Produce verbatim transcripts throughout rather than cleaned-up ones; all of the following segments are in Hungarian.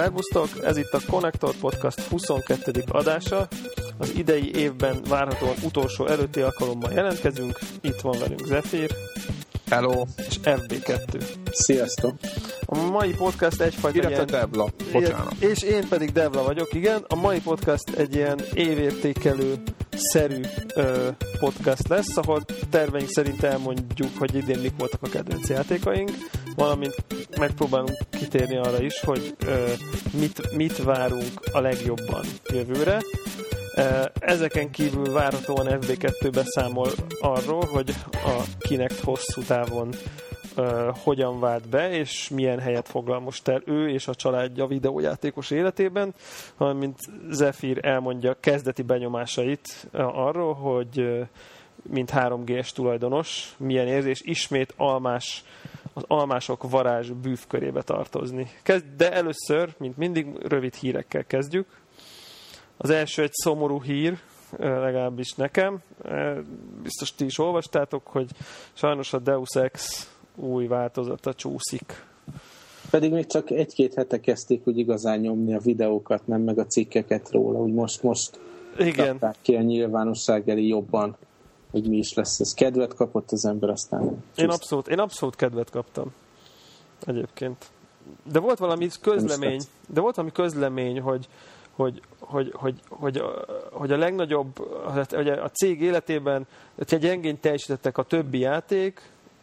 Szervusztok, ez itt a Connector Podcast huszonkettedik adása. Az idei évben várhatóan utolsó előtti alkalommal jelentkezünk. Itt van velünk Zephyr. Hello. És ef bé kettő. Sziasztok. A mai podcast egyfajta Illetve ilyen... Devla, bocsánat. És én pedig Devla vagyok, igen. A mai podcast egy ilyen évértékelő szerű ö, podcast lesz, ahol terveink szerint elmondjuk, hogy idén mik voltak a kedvenc játékaink, valamint megpróbálunk kitérni arra is, hogy ö, mit, mit várunk a legjobban jövőre. Ezeken kívül várhatóan ef bé kettő beszámol arról, hogy a Kinect hosszú távon uh, hogyan vált be, és milyen helyet foglal most el ő és a családja videójátékos életében, valamint Zephyr elmondja kezdeti benyomásait uh, arról, hogy uh, mint három gés tulajdonos, milyen érzés ismét almás, az almások varázs bűvkörébe tartozni. Kezd, de először, mint mindig, rövid hírekkel kezdjük. Az első egy szomorú hír, legalábbis nekem. Biztos ti is olvastátok, hogy sajnos a Deus Ex új változata csúszik. Pedig még csak egy-két hete kezdték úgy igazán nyomni a videókat, nem meg a cikkeket róla, úgy most, most igen. Kapták ki a nyilvánosság elé jobban, hogy mi is lesz. Ez kedvet kapott az ember, aztán... Én abszolút, én abszolút kedvet kaptam. Egyébként. De volt valami közlemény, de volt valami közlemény, hogy Hogy, hogy, hogy, hogy, hogy a legnagyobb, hogy a cég életében gyengén teljesítettek a többi játék,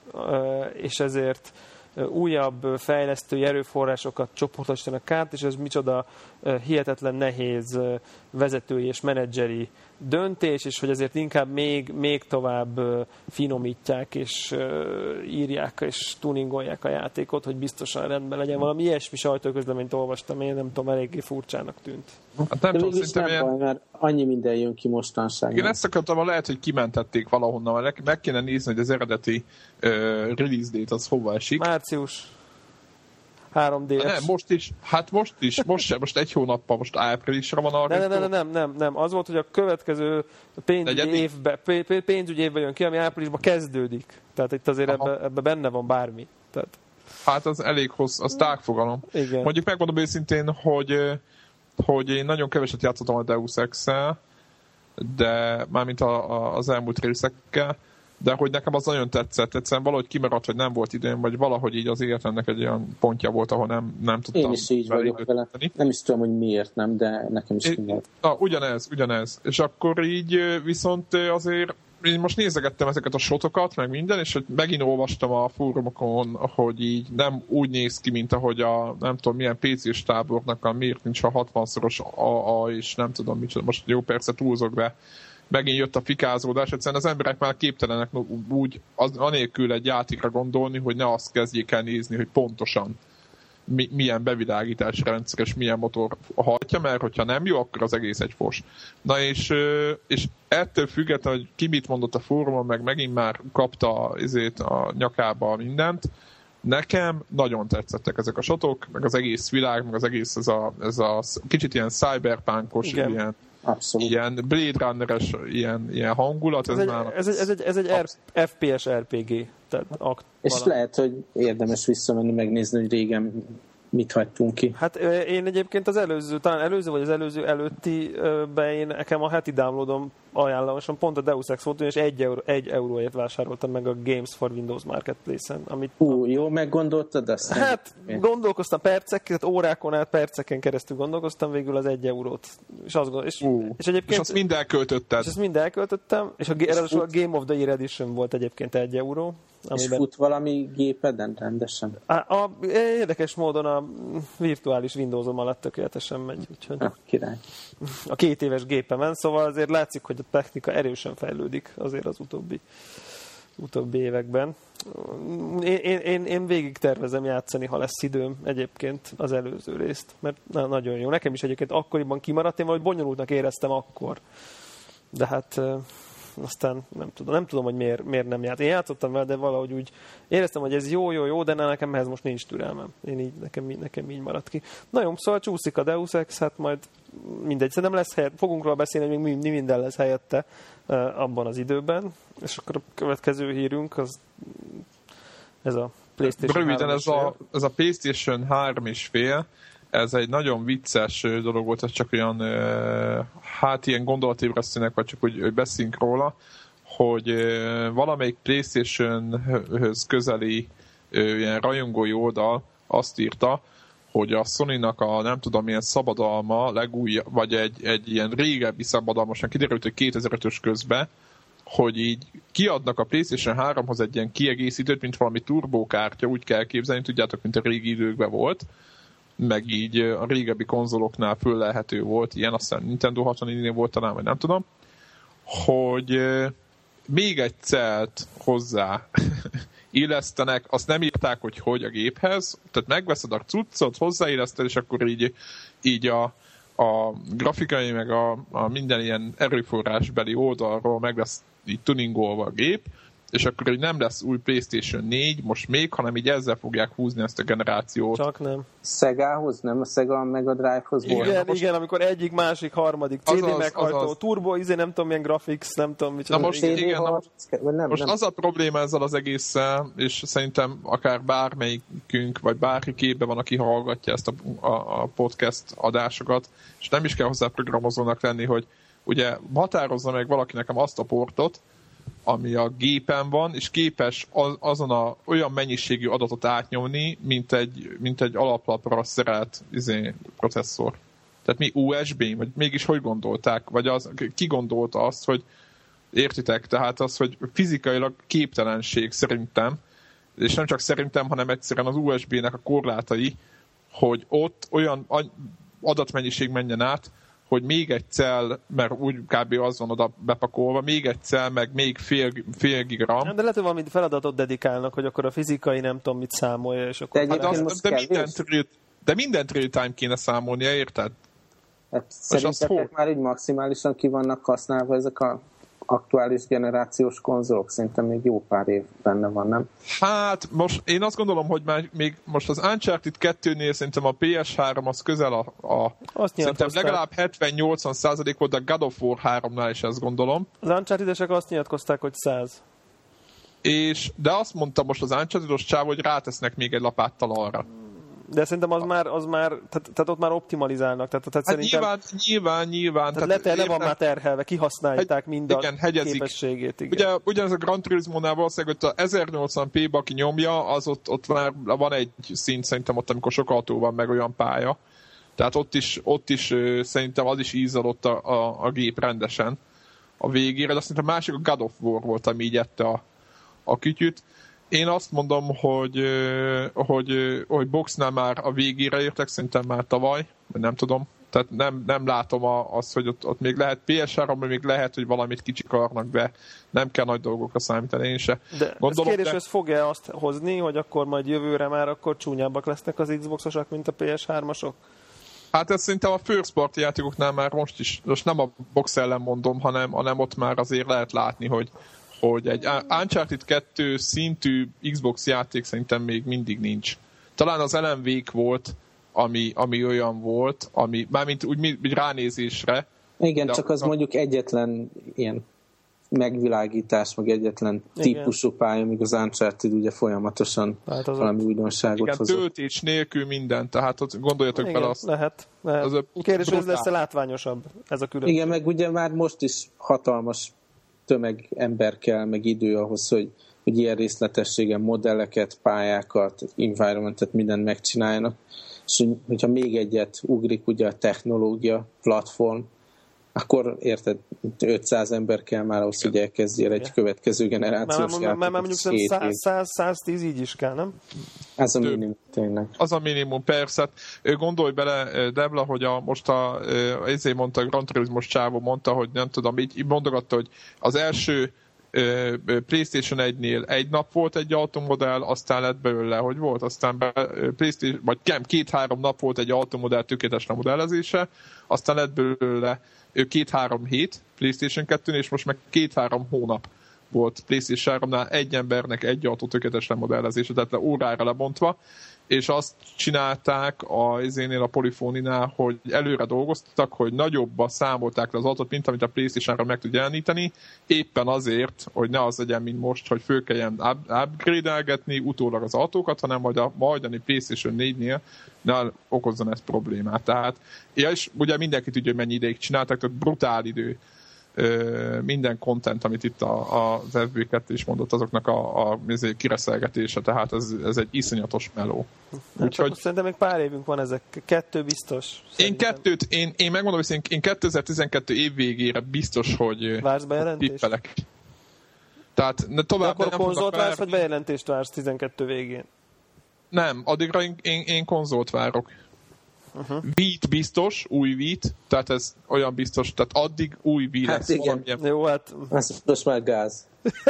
és ezért újabb fejlesztői erőforrásokat csoportosítanak át, és ez micsoda hihetetlen nehéz vezetői és menedzseri döntés, és hogy ezért inkább még, még tovább finomítják, és írják, és tuningolják a játékot, hogy biztosan rendben legyen. Valami ilyesmi sajtóközleményt olvastam, én nem tudom, eléggé furcsának tűnt. Hát nem de tudom, mégis nem ilyen... baj, mert annyi minden jön ki mostanság. Én ezt akartam, lehet, hogy kimentették valahonnan, mert meg kéne nézni, hogy az eredeti uh, release date az hova esik. Március. három dé es. Nem, most is, hát most is, most sem, most egy hónappal, most áprilisra van arra. Nem, nem, nem, nem, nem, nem, az volt, hogy a következő pénzügyi évben, pénzügyi évben jön ki, ami áprilisban kezdődik. Tehát itt azért ebbe, ebbe benne van bármi. Tehát... Hát az elég hossz, az tágfogalom. Igen. Mondjuk megmondom őszintén, hogy, hogy én nagyon keveset játszottam a Deus Ex-szel, de mármint a, a, az elmúlt részekkel, de hogy nekem az nagyon tetszett. Egyszerűen valahogy kimaradt, hogy nem volt időm, vagy valahogy így az életemnek egy olyan pontja volt, ahol nem, nem tudtam. Én is így vagyok vele. Nem is tudom, hogy miért nem, de nekem is kimaradt. Na, ugyanez, ugyanez. És akkor így viszont azért én most nézegettem ezeket a shotokat, meg minden, és hogy megint olvastam a fórumokon, hogy így nem úgy néz ki, mint ahogy a nem tudom milyen pé cés tábornak a miért nincs a hatvanszoros á á, és nem tudom micsoda, most jó persze túlzok, de megint jött a fikázódás, egyszerűen az emberek már képtelenek úgy az, anélkül egy játékra gondolni, hogy ne azt kezdjék el nézni, hogy pontosan mi, milyen bevilágítási rendszer és milyen motor hajtja, mert hogyha nem jó, akkor az egész egy fos. Na és, és ettől függetlenül, hogy ki mit mondott a fórumon, meg megint már kapta ezért a nyakába mindent, nekem nagyon tetszettek ezek a shotok, meg az egész világ, meg az egész ez a, ez a kicsit ilyen cyberpunkos, ilyen abszolút. Ilyen Blade Runner-es ilyen, ilyen hangulat. Ez, ez, egy, ez, egy, ez egy, ez egy ef pé es er pé gé. Tehát akt, és valami. Lehet, hogy érdemes visszamenni, megnézni, hogy régen mit hagytunk ki. Hát én egyébként az előző, talán előző vagy az előző előtti be én nekem a heti downloadom ajánlásom pont a Deus Ex volt, és egy, euró, egy euróért vásároltam meg a Games for Windows Marketplace-en. Amit Hú, jó meggondoltad azt? Hát gondolkoztam percek, tehát órákon át perceken keresztül gondolkoztam, végül az egy eurót. És, azt gondol, és, uh, és, egyébként, és azt mind elköltötted. És azt mind elköltöttem, és a, a Game of the Year Edition volt egyébként egy euró. Amiben... És fut valami gépeden rendesen? A, a, érdekes módon a virtuális Windowsom alatt tökéletesen megy. Úgyhogy a király. A két éves gépemen, szóval azért látszik, hogy a technika erősen fejlődik azért az utóbbi, utóbbi években. Én, én, én, én végig tervezem játszani, ha lesz időm egyébként az előző részt, mert na, nagyon jó. Nekem is egyébként akkoriban kimaradt, én valahogy bonyolultnak éreztem akkor. De hát... aztán nem tudom, nem tudom, hogy miért, miért nem járt. Én játszottam vele, de valahogy úgy éreztem, hogy ez jó, jó, jó, de nekem ehhez most nincs türelmem. Én így, nekem, nekem így maradt ki. Na jó, szóval csúszik a Deus Ex, hát majd mindegy, szerintem lesz helyett, fogunk róla beszélni, hogy még mi minden lesz helyette uh, abban az időben. És akkor a következő hírünk az ez a PlayStation Röviden ez a, ez a PlayStation három és fél, ez egy nagyon vicces dolog volt, ez csak olyan, hát ilyen gondolatébresztőnek, vagy csak úgy beszélünk róla, hogy valamelyik PlayStation-höz közeli ilyen rajongói oldal azt írta, hogy a Sony-nak a nem tudom milyen szabadalma, legújabb, vagy egy, egy ilyen régebbi szabadalma, most kiderült, hogy kétezer-ötös közben, hogy így kiadnak a PlayStation háromhoz egy ilyen kiegészítőt, mint valami turbókártya, úgy kell képzelni, tudjátok, mint a régi időkben volt, meg így a régebbi konzoloknál föllelhető volt, ilyen aztán Nintendo hatvannégynél volt talán, vagy nem tudom, hogy még egy celt hozzá illesztenek, azt nem írták, hogy hogy a géphez, tehát megveszed a cuccot, hozzáilleszted, és akkor így, így a, a grafikai, meg a, a minden ilyen erőforrásbeli oldalról meg lesz így tuningolva a gép, és akkor így nem lesz új PlayStation négy, most még, hanem így ezzel fogják húzni ezt a generációt. Csak nem. Szegához, nem a Sega Mega Drive-hoz volt? Igen, most... igen, amikor egyik, másik, harmadik cé dé meghajtó, turbo, izé nem tudom, milyen graphics, nem tudom, mit. Na most, igen, igen, na most, nem, most nem. az a probléma ezzel az egésszel, és szerintem akár bármelyikünk, vagy bárki képben van, aki hallgatja ezt a, a, a podcast adásokat, és nem is kell hozzá programozónak lenni, hogy ugye határozza meg valaki nekem azt a portot, ami a gépen van, és képes az, azon a olyan mennyiségű adatot átnyomni, mint egy, mint egy alaplapra szerelt izé, processzor. Tehát mi u es bé, vagy mégis hogy gondolták? Vagy az, ki gondolta azt, hogy értitek? Tehát az, hogy fizikailag képtelenség szerintem, és nem csak szerintem, hanem egyszerűen az u es bé-nek a korlátai, hogy ott olyan adatmennyiség menjen át, hogy még egy cell, mert úgy kb. Az van oda bepakolva, még egy cell, meg még fél, fél gigram. De lehet, hogy valami feladatot dedikálnak, hogy akkor a fizikai nem tudom mit számolja, és akkor... De, hát az, de, mindent, de mindent real-time kéne számolnia, érted? Hát szerintetek már így maximálisan ki vannak használva ezek a aktuális generációs konzolok? Szerintem még jó pár év benne van, nem? Hát most én azt gondolom, hogy már még most az Uncharted kettőnél szerintem a pé es három az közel a, a szerintem legalább hetven-nyolcvan százalék volt, a God of War háromnál is ezt gondolom. Az Uncharted-esek azt nyilatkozták, hogy száz. És, de azt mondta most az Uncharted-os csáv, hogy rátesznek még egy lapáttal arra. De szerintem az már, az már tehát, tehát ott már optimalizálnak. Tehát, tehát hát szerintem, nyilván, nyilván, nyilván. Tehát, tehát le, le van már terhelve, kihasználták mind igen, a hegyezik. képességét. Igen. Ugye ugyanez a Gran Turismo-nál valószínűleg, hogy a ezernyolcvan pé-be, aki nyomja, az ott, ott már van egy szint szerintem ott, amikor sok autó van, meg olyan pálya. Tehát ott is, ott is szerintem az is ízalott a, a, a gép rendesen a végére, de azt szerintem a másik a God of War volt, ami így ette a, a kütyüt. Én azt mondom, hogy, hogy, hogy boxnál már a végére értek, szerintem már tavaly, vagy nem tudom. Tehát nem, nem látom azt, hogy ott, ott még lehet pé es háromban még lehet, hogy valamit kicsikarnak be. Nem kell nagy dolgokra számítani, én se. De gondolom, ez kérdés, de... ez fog-e azt hozni, hogy akkor majd jövőre már akkor csúnyábbak lesznek az Xboxosak, mint a pé es hármasok? Hát ez szerintem a first party játékoknál már most is, most nem a box ellen mondom, hanem, hanem ott már azért lehet látni, hogy hogy egy Uncharted kettő szintű Xbox játék szerintem még mindig nincs. Talán az Alan Wake volt, ami, ami olyan volt, ami mármint úgy, úgy ránézésre. Igen, csak az a... mondjuk egyetlen ilyen megvilágítás, meg egyetlen típusú pálya, míg az Uncharted ugye folyamatosan hát az valami újdonságot igen, hozott. Töltés nélkül minden, tehát ott gondoljatok igen, bele azt. lehet. lehet. Az kérdés, hogy ez lesz-e látványosabb, ez a különbség. Igen, meg ugye már most is hatalmas tömeg ember kell, meg idő ahhoz, hogy, hogy ilyen részletességen modelleket, pályákat, environmentet, mindent megcsináljanak. És hogyha még egyet ugrik ugye a technológia, platform, akkor érted, ötszáz ember kell már ahhoz, hogy elkezdjél egy következő generációs játékot. Már mondjuk száz-száztíz így is kell, nem? Ez a minimum tényleg. Az a minimum, persze. Gondolj bele, Debla, hogy a, most a, ezért mondta, a Gran Turismo csávó mondta, hogy nem tudom, így, így mondogatta, hogy az első PlayStation egynél egy nap volt egy automodell, aztán lett belőle, hogy volt, aztán be, PlayStation, vagy két-három nap volt egy automodell tökéletesen modellezése, aztán lett belőle két-három hét PlayStation kettőn, és most meg két-három hónap volt PlayStation háromnál egy embernek egy autó tökéletesen modellezése, tehát órára lebontva, és azt csinálták a izénél, a Polyphony-nál, hogy előre dolgoztak, hogy nagyobba számolták le az autót, mint amit a PlayStation-ra meg tud jeleníteni, éppen azért, hogy ne az legyen, mint most, hogy föl kelljen upgrade-elgetni utólag az autókat, hanem majd a majdani PlayStation négynél ne okozzon ez problémát. Tehát, és ugye mindenki tudja, hogy mennyi ideig csináltak, tehát brutál idő. Minden content, amit itt a, az ef bé kettő is mondott, azoknak a, a kireszelgetése, tehát ez, ez egy iszonyatos meló. Hát úgyhogy szerintem még pár évünk van ezek, kettő biztos. Én kettőt, én, én megmondom, hogy én kétezer-tizenkettő év végére biztos, hogy vársz bejelentést? Tippelek. Tehát ne, tovább de akkor nem konzolt vársz, várni. Vagy bejelentést vársz tizenkettő végén? Nem, addigra én, én, én konzolt várok. Uh-huh. Beat biztos, új Beat, tehát ez olyan biztos, tehát addig új Wii hát lesz. Igen. Valamilyen... Jó, hát... Ez most már gáz.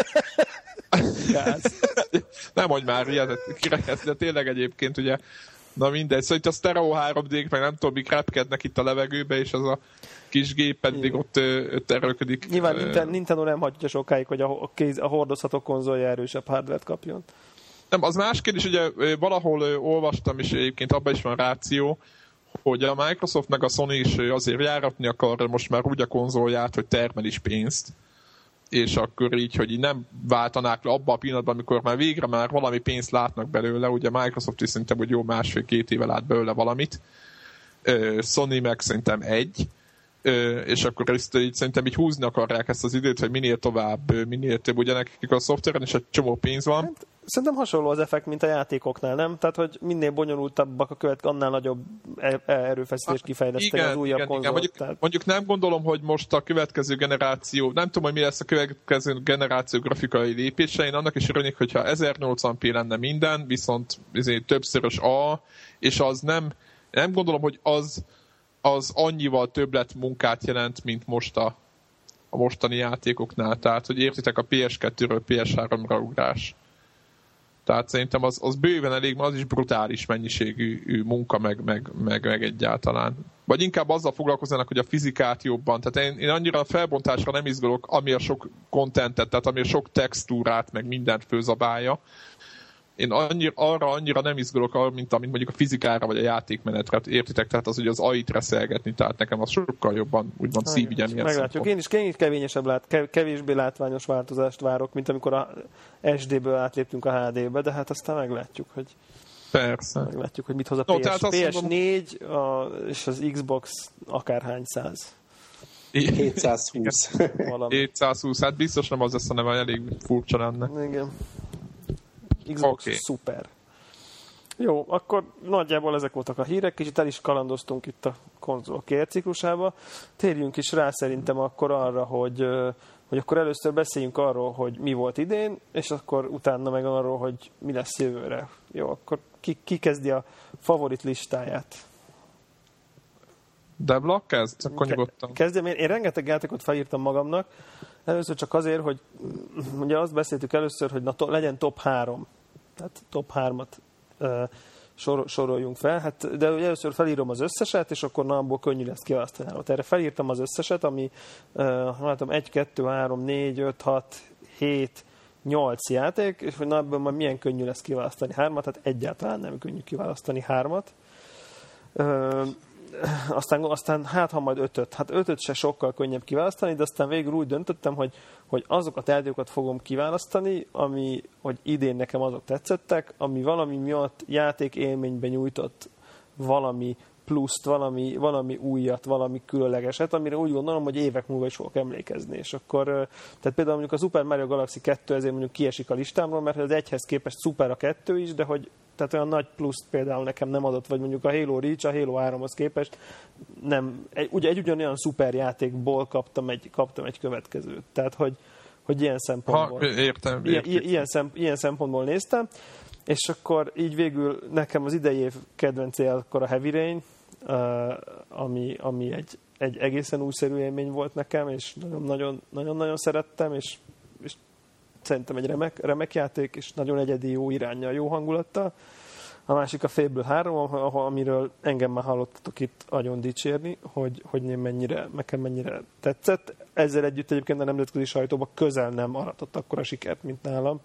gáz. Nem mondj már ilyet, kirekedsz, de tényleg egyébként ugye, na mindegy, szóval itt a Stereo három dé-k, meg nem tudom, mik repkednek itt a levegőbe, és az a kis gép pedig ott, ott erőködik. Nyilván uh, Nintendo nem hagyja sokáig, hogy a, a, kéz, a hordozható konzolja erősebb hardware-t kapjon. Nem, az más kérdés, ugye valahol olvastam, és egyébként abban is van ráció, hogy a Microsoft meg a Sony is azért járatni akar most már úgy a konzolját, hogy termel is pénzt, és akkor így, hogy így nem váltanák le abban a pillanatban, amikor már végre már valami pénzt látnak belőle, ugye Microsoft is szerintem, hogy jó másfél-két éve lát belőle valamit, Sony meg szerintem egy, és akkor ezt így, szerintem így húzni akarják ezt az időt, hogy minél tovább, minél több, ugye nekik a szoftveren is egy csomó pénz van. Hát, szerintem hasonló az effekt, mint a játékoknál, nem? Tehát, hogy minél bonyolultabbak a követ, annál nagyobb erőfeszítést kifejleszteni az újabb konzolt. Mondjuk, tehát... mondjuk nem gondolom, hogy most a következő generáció, nem tudom, hogy mi lesz a következő generáció grafikai lépése, én annak is örülnék, hogyha ezernyolcvan pé lenne minden, viszont többszörös A, és az nem, nem gondolom, hogy az az annyival többlet munkát jelent, mint most a, a mostani játékoknál. Tehát, hogy értitek, a pé es kettőről pé es háromra ugrás. Tehát szerintem az, az bőven elég, mert az is brutális mennyiségű munka, meg, meg, meg, meg egyáltalán. Vagy inkább azzal foglalkoznának, hogy a fizikát jobban. Tehát én, én annyira a felbontásra nem izgulok, ami a sok contentet, tehát ami a sok textúrát, meg mindent főzabálja. Én annyira, arra annyira nem izgulok, mint amint mondjuk a fizikára vagy a játékmenetre, értitek? Tehát az, hogy az á í-t reszelgetni, tehát nekem az sokkal jobban úgymond szívügyem. Meglátjuk. Én is kevényesebb, lát, kevésbé látványos változást várok, mint amikor a es dé-ből átléptünk a há dé-be, de hát aztán meglátjuk, hogy persze. Meglátjuk, hogy mit hoz a no, pé es, pé es négy mondom... a, és az Xbox akárhány száz. hétszázhúsz. hétszázhúsz, hát biztos nem az lesz, hanem elég furcsa lenne. Igen. Xbox okay. Szuper. Jó, akkor nagyjából ezek voltak a hírek, kicsit el is kalandoztunk itt a konzol kérciklusába. Térjünk is rá szerintem akkor arra, hogy, hogy akkor először beszéljünk arról, hogy mi volt idén, és akkor utána meg arról, hogy mi lesz jövőre. Jó, akkor ki, ki kezdi a favorit listáját? Debla, kezd? Akkor nyugodtan. Kezdjem, én, én rengeteg játékot felírtam magamnak. Először csak azért, hogy ugye azt beszéltük először, hogy na, to, legyen top három. Tehát top hármat uh, sor, soroljunk fel. Hát, de ugye először felírom az összeset, és akkor na, abból könnyű lesz kiválasztani. Erre felírtam az összeset, ami uh, látom egy, kettő, három, négy, öt, hat, hét, nyolc játék, és hogy na, ebből majd milyen könnyű lesz kiválasztani hármat, tehát egyáltalán nem könnyű kiválasztani hármat. Uh, Aztán, aztán hát, ha majd ötöt. Hát ötöt se sokkal könnyebb kiválasztani, de aztán végül úgy döntöttem, hogy, hogy azokat a játékokat fogom kiválasztani, ami, hogy idén nekem azok tetszettek, ami valami miatt játék élményben nyújtott valami pluszt, valami, valami újat, valami különlegeset, amire úgy gondolom, hogy évek múlva is fogok emlékezni. És akkor, tehát például mondjuk a Super Mario Galaxy kettő ezért mondjuk kiesik a listámról, mert az egyhez képest szuper a kettő is, de hogy tehát olyan nagy pluszt például nekem nem adott, vagy mondjuk a Halo Reach, a Halo háromhoz képest nem, egy, ugye egy ugyanolyan szuper játékból kaptam egy, kaptam egy következőt. Tehát, hogy, hogy ilyen szempontból. Ha, értem, ilyen, ilyen, szem, ilyen szempontból néztem, és akkor így végül nekem az idei év kedvencé akkor a Heavy Rain, uh, ami, ami egy, egy egészen újszerű élmény volt nekem, és nagyon-nagyon szerettem, és, és szerintem egy remek, remek játék, és nagyon egyedi, jó iránnyal, jó hangulattal. a másik a Fable három, amiről engem már hallottatok itt nagyon dicsérni, hogy, hogy mennyire, nekem mennyire tetszett. Ezzel együtt egyébként a nemzetközi sajtóban közel nem aratott akkora sikert, mint nálam.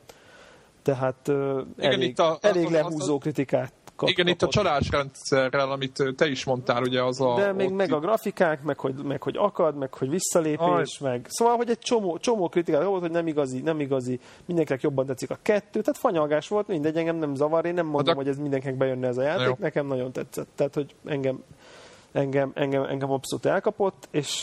Tehát uh, elég, igen, a, elég az, lehúzó az, kritikát kap, igen, kapott. Itt a csalásrendszerrel, amit te is mondtál, ugye az a... De még meg a grafikák, meg hogy, meg hogy akad, meg hogy visszalépés, Aj. meg... Szóval, hogy egy csomó, csomó kritikát volt, hogy nem igazi, nem igazi, mindenkinek jobban tetszik a kettő, tehát fanyalgás volt, mindegy, engem nem zavar, én nem mondom, de... hogy ez mindenkinek bejönne ez a játék, jó. Nekem nagyon tetszett, tehát, hogy engem, engem, engem, engem abszolút elkapott, és...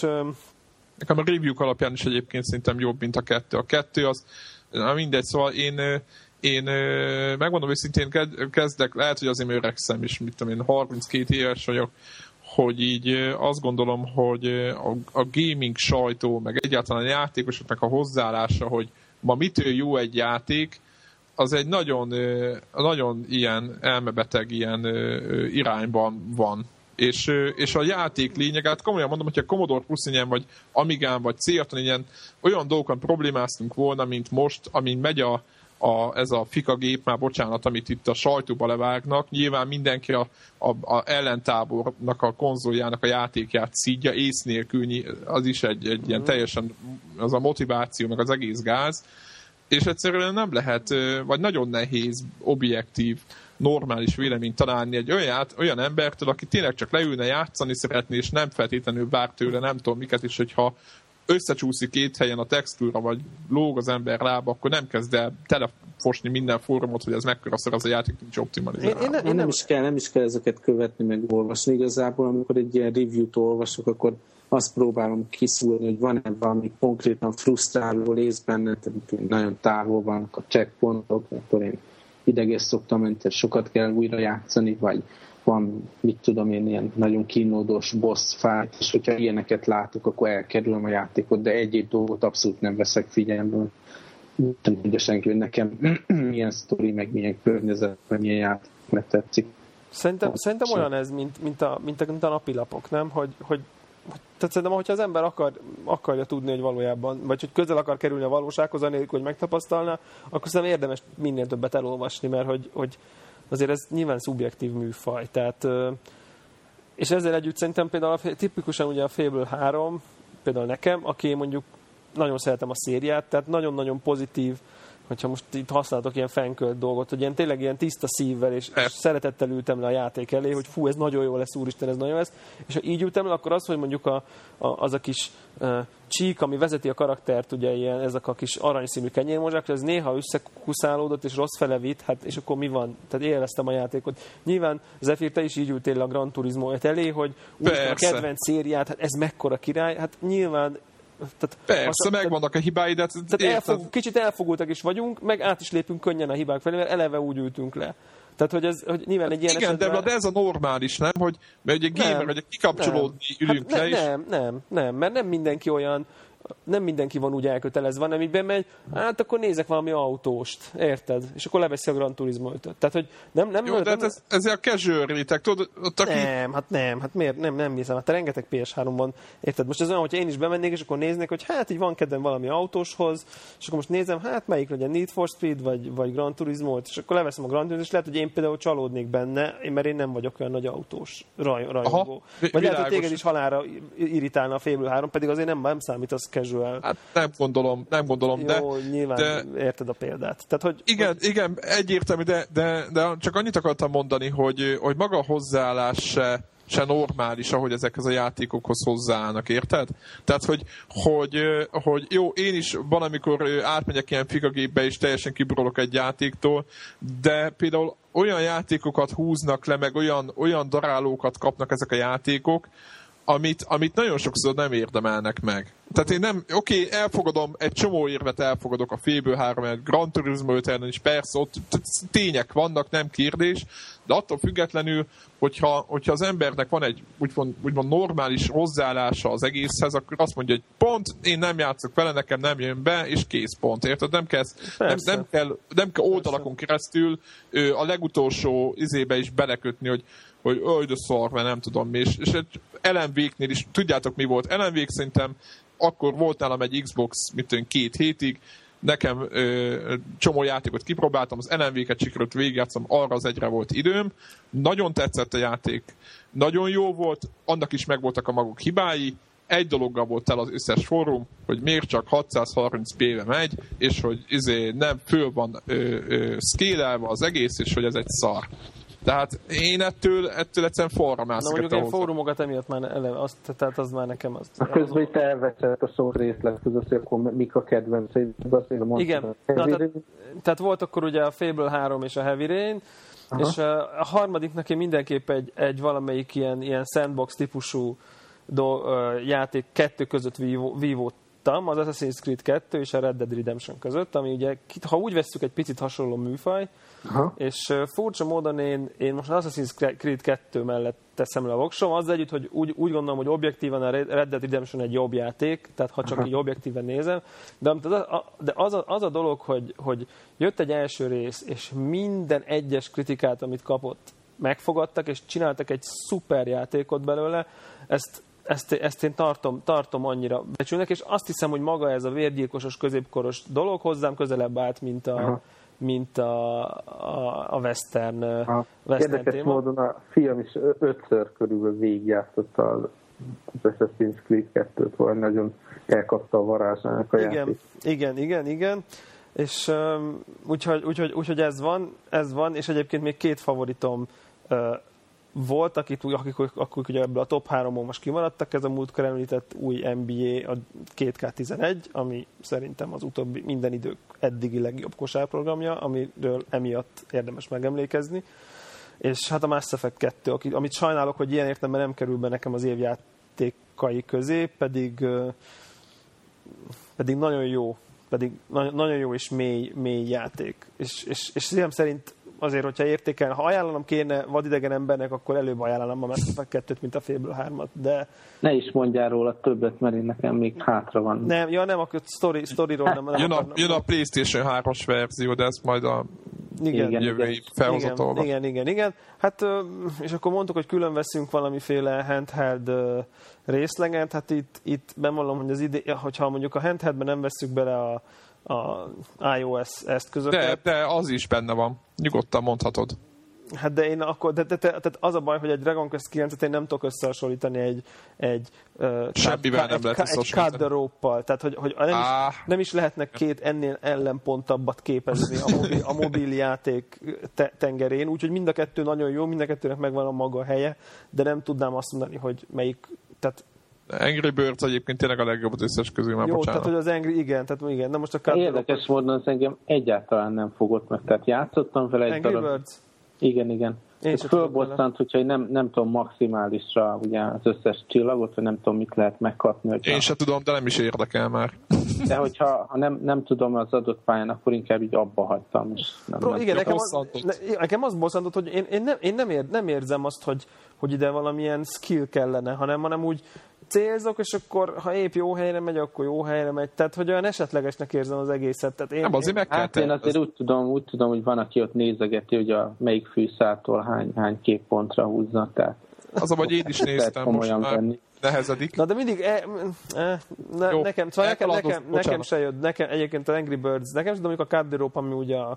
Nekem a review-k alapján is egyébként szerintem jobb, mint a kettő. A kettő az, na mindegy, szóval én... Én megmondom őszintén, kezdek, lehet, hogy azért öregszem is, mit tudom én, harminckét éves vagyok, hogy így azt gondolom, hogy a, a gaming sajtó, meg egyáltalán a játékosoknak a hozzáállása, hogy ma mitől jó egy játék, az egy nagyon, nagyon ilyen elmebeteg ilyen irányban van. És, és a játék lényeget, komolyan mondom, hogyha Commodore Plus-en vagy Amigán vagy Ciaton olyan dolgokon problémáztunk volna, mint most, amin megy a A, ez a fika gép, már bocsánat, amit itt a sajtóba levágnak. Nyilván mindenki a, a, a ellentábornak a konzoljának a játékját szídja, ész nélkül, az is egy, egy ilyen teljesen, az a motiváció, meg az egész gáz. És egyszerűen nem lehet, vagy nagyon nehéz, objektív, normális véleményt találni egy olyan, olyan embertől, aki tényleg csak leülne játszani szeretné, és nem feltétlenül vár tőle, nem tudom miket is, hogyha összecsúszik két helyen a textúra, vagy lóg az ember lába, akkor nem kezd el telefosni minden fórumot, hogy ez mekkora szar, az a játék nincs optimalizálva. Én, én, én nem, nem, is kell, nem is kell ezeket követni, meg olvasni. Igazából, amikor egy ilyen review-t olvasok, akkor azt próbálom kiszúrni, hogy van-e valami konkrétan frusztráló rész benne, tehát nagyon távol vannak a checkpointok, akkor én ideges szoktam menni, tehát sokat kell újra játszani, vagy van, mit tudom én, ilyen nagyon kínlódós boss fight, és hogyha ilyeneket látok, akkor elkerülöm a játékot, de egy-egy dolgot abszolút nem veszek figyelembe. Nem tudja senki, hogy nekem milyen sztori, meg milyen környezet, meg milyen játék meg tetszik. Szerintem, szerintem olyan ez, mint, mint, a, mint, a, mint a napilapok, nem? Hogy, hogy, tehát szerintem, hogyha az ember akar, akarja tudni, hogy valójában, vagy hogy közel akar kerülni a valósághoz, anélkül, hogy megtapasztalna, akkor szerintem érdemes minél többet elolvasni, mert hogy, hogy azért ez nyilván szubjektív műfaj. Tehát, és ezzel együtt szerintem például tipikusan ugye a Fable három, például nekem, aki mondjuk nagyon szeretem a szériát, tehát nagyon-nagyon pozitív, hogyha most itt használtok ilyen fenkölt dolgot, hogy ilyen tényleg ilyen tiszta szívvel és, és szeretettel ültem le a játék elé, hogy fú, ez nagyon jó lesz, úristen, ez nagyon lesz. És ha így ültem le, akkor az, hogy mondjuk a, a, az a kis uh, csík, ami vezeti a karaktert, ugye ilyen, ezek a kis aranyszínű kenyérmozsák, ez néha összekuszálódott és rossz fele vitt, hát és akkor mi van? Tehát élveztem a játékot. Nyilván, Zephyr, te is így ültél a Gran Turismo elé, hogy úristen, a kedvenc szériát, hát ez mekkora király, hát nyilván tehát, persze, aztán, megvannak a hibáid, de tehát elfog, kicsit elfogultak is vagyunk, meg át is lépünk könnyen a hibák felé, mert eleve úgy ültünk le. Tehát, hogy ez hogy nyilván egy ilyen igen, esetben... de ez a normális, nem? Hogy mert egy gamer, hogy kikapcsolódni nem. ülünk hát, le, és... Nem, nem, nem, mert nem mindenki olyan, nem mindenki van úgy elkötelezve, hanem így bemegy, hát akkor nézek valami autóst, érted? És akkor leveszi a Gran Turismo ötöt. Tehát, hogy nem... nem jó, de nem, ez, ez a casual réteg, tudod? Ott aki... Nem, hát nem, hát miért? Nem, nem hiszem. Hát rengeteg pé es három van, érted? Most ez olyan, hogyha én is bemennék, és akkor néznék, hogy hát így van kedvem valami autóshoz, és akkor most nézem, hát melyik legyen, Need for Speed, vagy, vagy Gran Turismo, és akkor leveszem a Gran Turismo, és lehet, hogy én például csalódnék benne, mert én nem vagyok olyan nagy autós raj, rajongó. Aha, vagy lehet, hogy téged is halálra irritálna a Fable három, pedig azért nem, nem számít az casual. Hát nem gondolom, nem gondolom, jó, de... nyilván de, érted a példát. Tehát, hogy, igen, hogy... igen, egyértelmű, de, de, de csak annyit akartam mondani, hogy, hogy maga a hozzáállás se, se normális, ahogy ezekhez a játékokhoz hozzáállnak, érted? Tehát, hogy, hogy, hogy jó, én is van, amikor átmegyek ilyen figagépbe, és teljesen kiborulok egy játéktól, de például olyan játékokat húznak le, meg olyan, olyan darálókat kapnak ezek a játékok, Amit, amit nagyon sokszor nem érdemelnek meg. Tehát én nem, oké, okay, elfogadom, egy csomó érvet elfogadok a Fable három, egy Gran Turismo öt ellen is, persze, ott tények vannak, nem kérdés, de attól függetlenül, hogyha, hogyha az embernek van egy úgymond, úgymond normális hozzáállása az egészhez, akkor azt mondja, hogy pont, én nem játszok vele, nekem nem jön be, és kész pont, érted? Nem kell, nem, nem kell, nem kell oldalakon keresztül a legutolsó izébe is belekötni, hogy hogy öj, de szar, mert nem tudom mi. És, és egy Alan Wake-nél is, tudjátok mi volt? Alan Wake szerintem akkor volt nálam egy Xbox, mit tudom, két hétig, nekem ö, csomó játékot kipróbáltam, az en em vé-ket sikerült végigjátszom, arra az egyre volt időm. Nagyon tetszett a játék, nagyon jó volt, annak is megvoltak a maguk hibái. Egy dologgal volt el az összes fórum, hogy miért csak hatszázharminc pé-re megy, és hogy izé nem föl van ö, ö, scale-elve az egész, és hogy ez egy szar. Tehát én ettől, ettől egyszerűen falra mászik. Na mondjuk én fórumokat emiatt már eleve, azt, tehát az már nekem az... A közben itt elveszett a sok részlet között, hogy akkor mik a kedvenceid, azért mondtam. Igen, Na, tehát, tehát volt akkor ugye a Fable három és a Heavy Rain, aha. és a, a harmadiknak én mindenképp egy, egy valamelyik ilyen, ilyen sandbox típusú do, uh, játék kettő között vívó, vívódtam, az Assassin's Creed kettő és a Red Dead Redemption között, ami ugye, ha úgy vesszük, egy picit hasonló műfaj, aha. és uh, furcsa módon én, én most az Assassin's Creed kettő mellett teszem le a voksom, az együtt, hogy úgy, úgy gondolom, hogy objektíven a Red Dead Redemption egy jobb játék, tehát ha csak aha. így objektíven nézem, de, az a, de az, a, az a dolog, hogy, hogy jött egy első rész, és minden egyes kritikát, amit kapott, megfogadtak, és csináltak egy szuper játékot belőle, ezt Ezt, ezt én tartom, tartom annyira becsülnek, és azt hiszem, hogy maga ez a vérgyilkosos, középkoros dolog hozzám közelebb állt, mint a, mint a, a, a western, western Érdekes téma. módon a fiam is ötször körülbelül végigjátszotta az Assassin's Creed kettőt, vagy nagyon elkapta a varázsának a igen, játék. Igen, igen, igen. És um, úgyhogy, úgyhogy, úgyhogy ez van, ez van, és egyébként még két favoritom uh, volt, akik, akik, akik ugye ebből a top háromon most kimaradtak, ez a múltkor említett új en bé á, a két ká tizenegy, ami szerintem az utóbbi minden idők eddigi legjobb kosárprogramja, amiről emiatt érdemes megemlékezni. És hát a Mass Effect kettő, amit sajnálok, hogy ilyen értelemben nem kerül be nekem az évjátékai közé, pedig, pedig nagyon jó, pedig nagyon jó és mély, mély játék. És, és, és szívem szerint azért, hogyha értékel, ha ajánlanom kéne vadidegen embernek, akkor előbb ajánlanám a Mass Effect kettőt, mint a Fable hármat, de... Ne is mondjál róla többet, mert én nekem még hátra van. Nem, ja nem, akkor story, storyról nem, nem jön, a, akarnom. jön a PlayStation hármas verzió, de ez majd a igen, jövői felhozatalban. Igen, igen, igen. Hát, és akkor mondtuk, hogy külön veszünk valamiféle handheld részleget, hát itt, itt bemondom, hogy az idé, hogyha mondjuk a handheldben nem vesszük bele a a iOS ezt között. De, de az is benne van. Nyugodtan mondhatod. Hát de én akkor, de, de, de, de az a baj, hogy egy Dragon Quest kilencet én nem tudok összehasonlítani egy egy semmivel nem lehet összehasonlítani. Egy Cut the Rope-pal. Tehát, hogy, hogy nem, is, nem is lehetnek két ennél ellenpontabbat képezni a mobil, a mobil játék te, tengerén, úgyhogy mind a kettő nagyon jó, mind a kettőnek megvan a maga helye, de nem tudnám azt mondani, hogy melyik, tehát Angry Birds egyébként tényleg a legjobb az összes közül, már jó, bocsánat. tehát hogy az Angry, igen, tehát igen, de most a Cut Érdekes módon az engem egyáltalán nem fogott meg, tehát játszottam vele egy Angry darab... Birds? Igen, igen. Ez fölbosszant, hogyha én nem, nem tudom maximálisra ugye az összes csillagot, vagy nem tudom mit lehet megkapni. Hogyha... Én se tudom, de nem is érdekel már. De hogyha ha nem, nem tudom az adott pályán, akkor inkább így abba hagytam. És nem, Pro, nem igen, nekem az, ne, nekem az bosszantott, hogy én, én, nem, én nem, ér, nem érzem azt, hogy, hogy ide valamilyen skill kellene, hanem, hanem úgy célzok, és akkor ha épp jó helyre megy, akkor jó helyre megy. Tehát, hogy olyan esetlegesnek érzem az egészet. Tehát én, nem, azért meg kell hát én azért úgy tudom, úgy tudom, hogy van, aki ott nézegeti, hogy a melyik fűszától hány, hány kék pontra húzza. Tehát az a, vagy én is néztem, most már venni. Nehezedik. Na de mindig, e, e, ne, jó, nekem, szóval nekem, nekem, nekem se jött, nekem, egyébként az Angry Birds, nekem sem, de mondjuk a Cut the Rope, ami ugye a,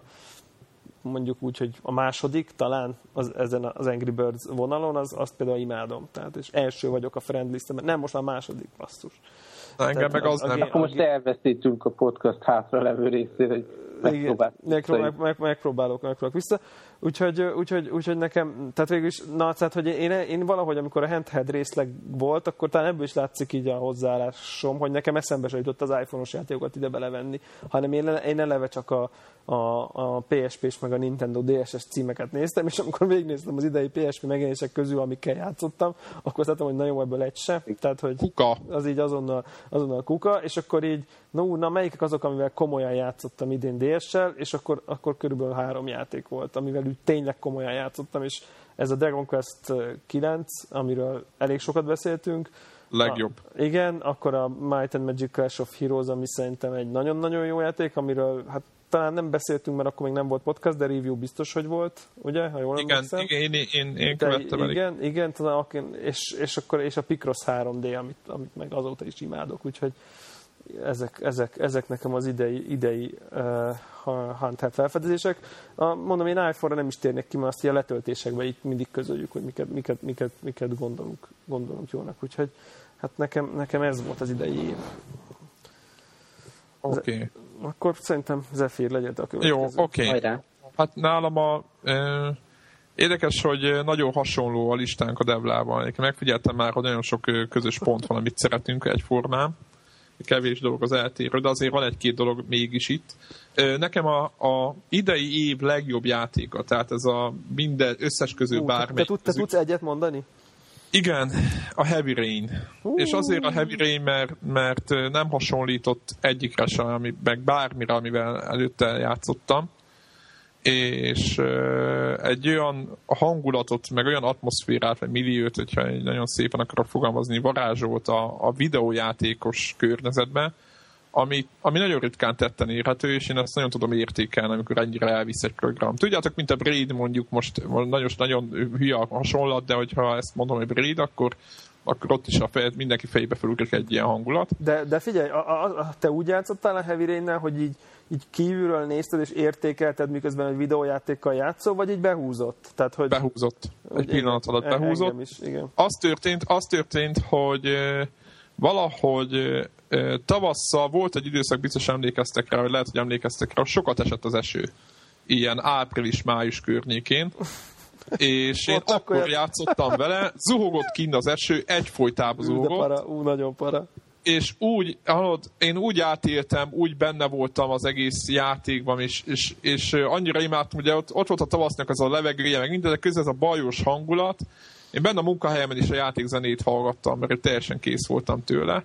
mondjuk úgy, hogy a második talán az, ezen az Angry Birds vonalon, az, azt például imádom. Tehát, és első vagyok a friend listben. Nem, most már második, basszus. Na, engem meg az a, nem. A, akkor most elveszítünk a podcast hátra levő részére, hogy megpróbálok. Megpróbálok, meg, megpróbálok, megpróbálok vissza. Úgyhogy, úgyhogy, úgyhogy nekem, tehát végül is, na, tehát, hogy én, én valahogy, amikor a handheld részleg volt, akkor talán ebből is látszik így a hozzáállásom, hogy nekem eszembe se jutott az iPhone-os játékokat ide belevenni, hanem én, én eleve csak a, a, a pé es pés meg a Nintendo dé es es címeket néztem, és amikor végignéztem az idei pé es pé megjelenések közül, amikkel játszottam, akkor azt láttam, hogy nagyon ebből egy se. Tehát, hogy kuka. Az így azonnal, azonnal kuka, és akkor így, no, na melyikek azok, amivel komolyan játszottam idén dé es-sel, és akkor, akkor körülbelül három játék volt, amivel úgy tényleg komolyan játszottam, és ez a Dragon Quest kilenc, amiről elég sokat beszéltünk. Legjobb. A, igen, akkor a Might and Magic Clash of Heroes, ami szerintem egy nagyon-nagyon jó játék, amiről hát talán nem beszéltünk, mert akkor még nem volt podcast, de review biztos, hogy volt, ugye? Ha jól igen, emlékszem. Igen, én, én, én követtem elég. Igen, igen, talán, és, és, akkor, és a Picross három dé, amit, amit meg azóta is imádok, úgyhogy ezek, ezek, ezek nekem az idei, idei uh, handheld felfedezések. A, mondom, én iPhone-ra nem is térnék ki, mert azt a letöltésekben itt mindig közöljük, hogy miket, miket, miket, miket gondolunk, gondolunk jónak. Úgyhogy hát nekem, nekem ez volt az idei év. Oké. Okay. Akkor szerintem Zephyr legyen a következő. Jó, oké. Okay. Hát nálam a... E, érdekes, hogy nagyon hasonló a listánk a Devlában. Én megfigyeltem már, hogy nagyon sok közös pont van, amit szeretünk egyformán. Kevés dolog az eltérő, de azért van egy-két dolog mégis itt. Nekem a, a idei év legjobb játéka, tehát ez a minden összes közül uh, bármelyik. Te, te, te tudsz egyet mondani? Igen, a Heavy Rain. Uh. És azért a Heavy Rain, mert, mert nem hasonlított egyikre sem, ami, meg bármire, amivel előtte játszottam. És uh, egy olyan hangulatot, meg olyan atmoszférát, vagy milliót, hogyha nagyon szépen akarok fogalmazni, varázsolt a, a videójátékos környezetben, ami, ami nagyon ritkán tetten érhető, és én ezt nagyon tudom értékelni, amikor ennyire elvisz egy program. Tudjátok, mint a Braid mondjuk most, nagyon, nagyon hülye a hasonlat, de hogyha ezt mondom, hogy Braid, akkor, akkor ott is a fejed, mindenki fejébe felugrik egy ilyen hangulat. De, de figyelj, a, a, a, te úgy játszottál a Heavy Rain-nel, hogy így így kívülről nézted és értékelted, miközben egy videójátékkal játszol, vagy így behúzott? Tehát, hogy, behúzott. Egy pillanat alatt behúzott. Is, igen. Az történt, az történt, hogy uh, valahogy uh, tavasszal volt egy időszak, biztos emlékeztek rá, vagy lehet, hogy emlékeztek rá, sokat esett az eső. Ilyen április-május környékén. És én akkor olyan... játszottam vele, zuhogott kint az eső, egyfolytában zuhogott. Para, ú, nagyon para. És úgy, hallod, én úgy átéltem, úgy benne voltam az egész játékban, és, és, és annyira imádtam, ugye ott, ott volt a tavasznak az a levegője, meg minden, de közben ez a bajos hangulat. Én benne a munkahelyemen is a játékzenét hallgattam, mert teljesen kész voltam tőle,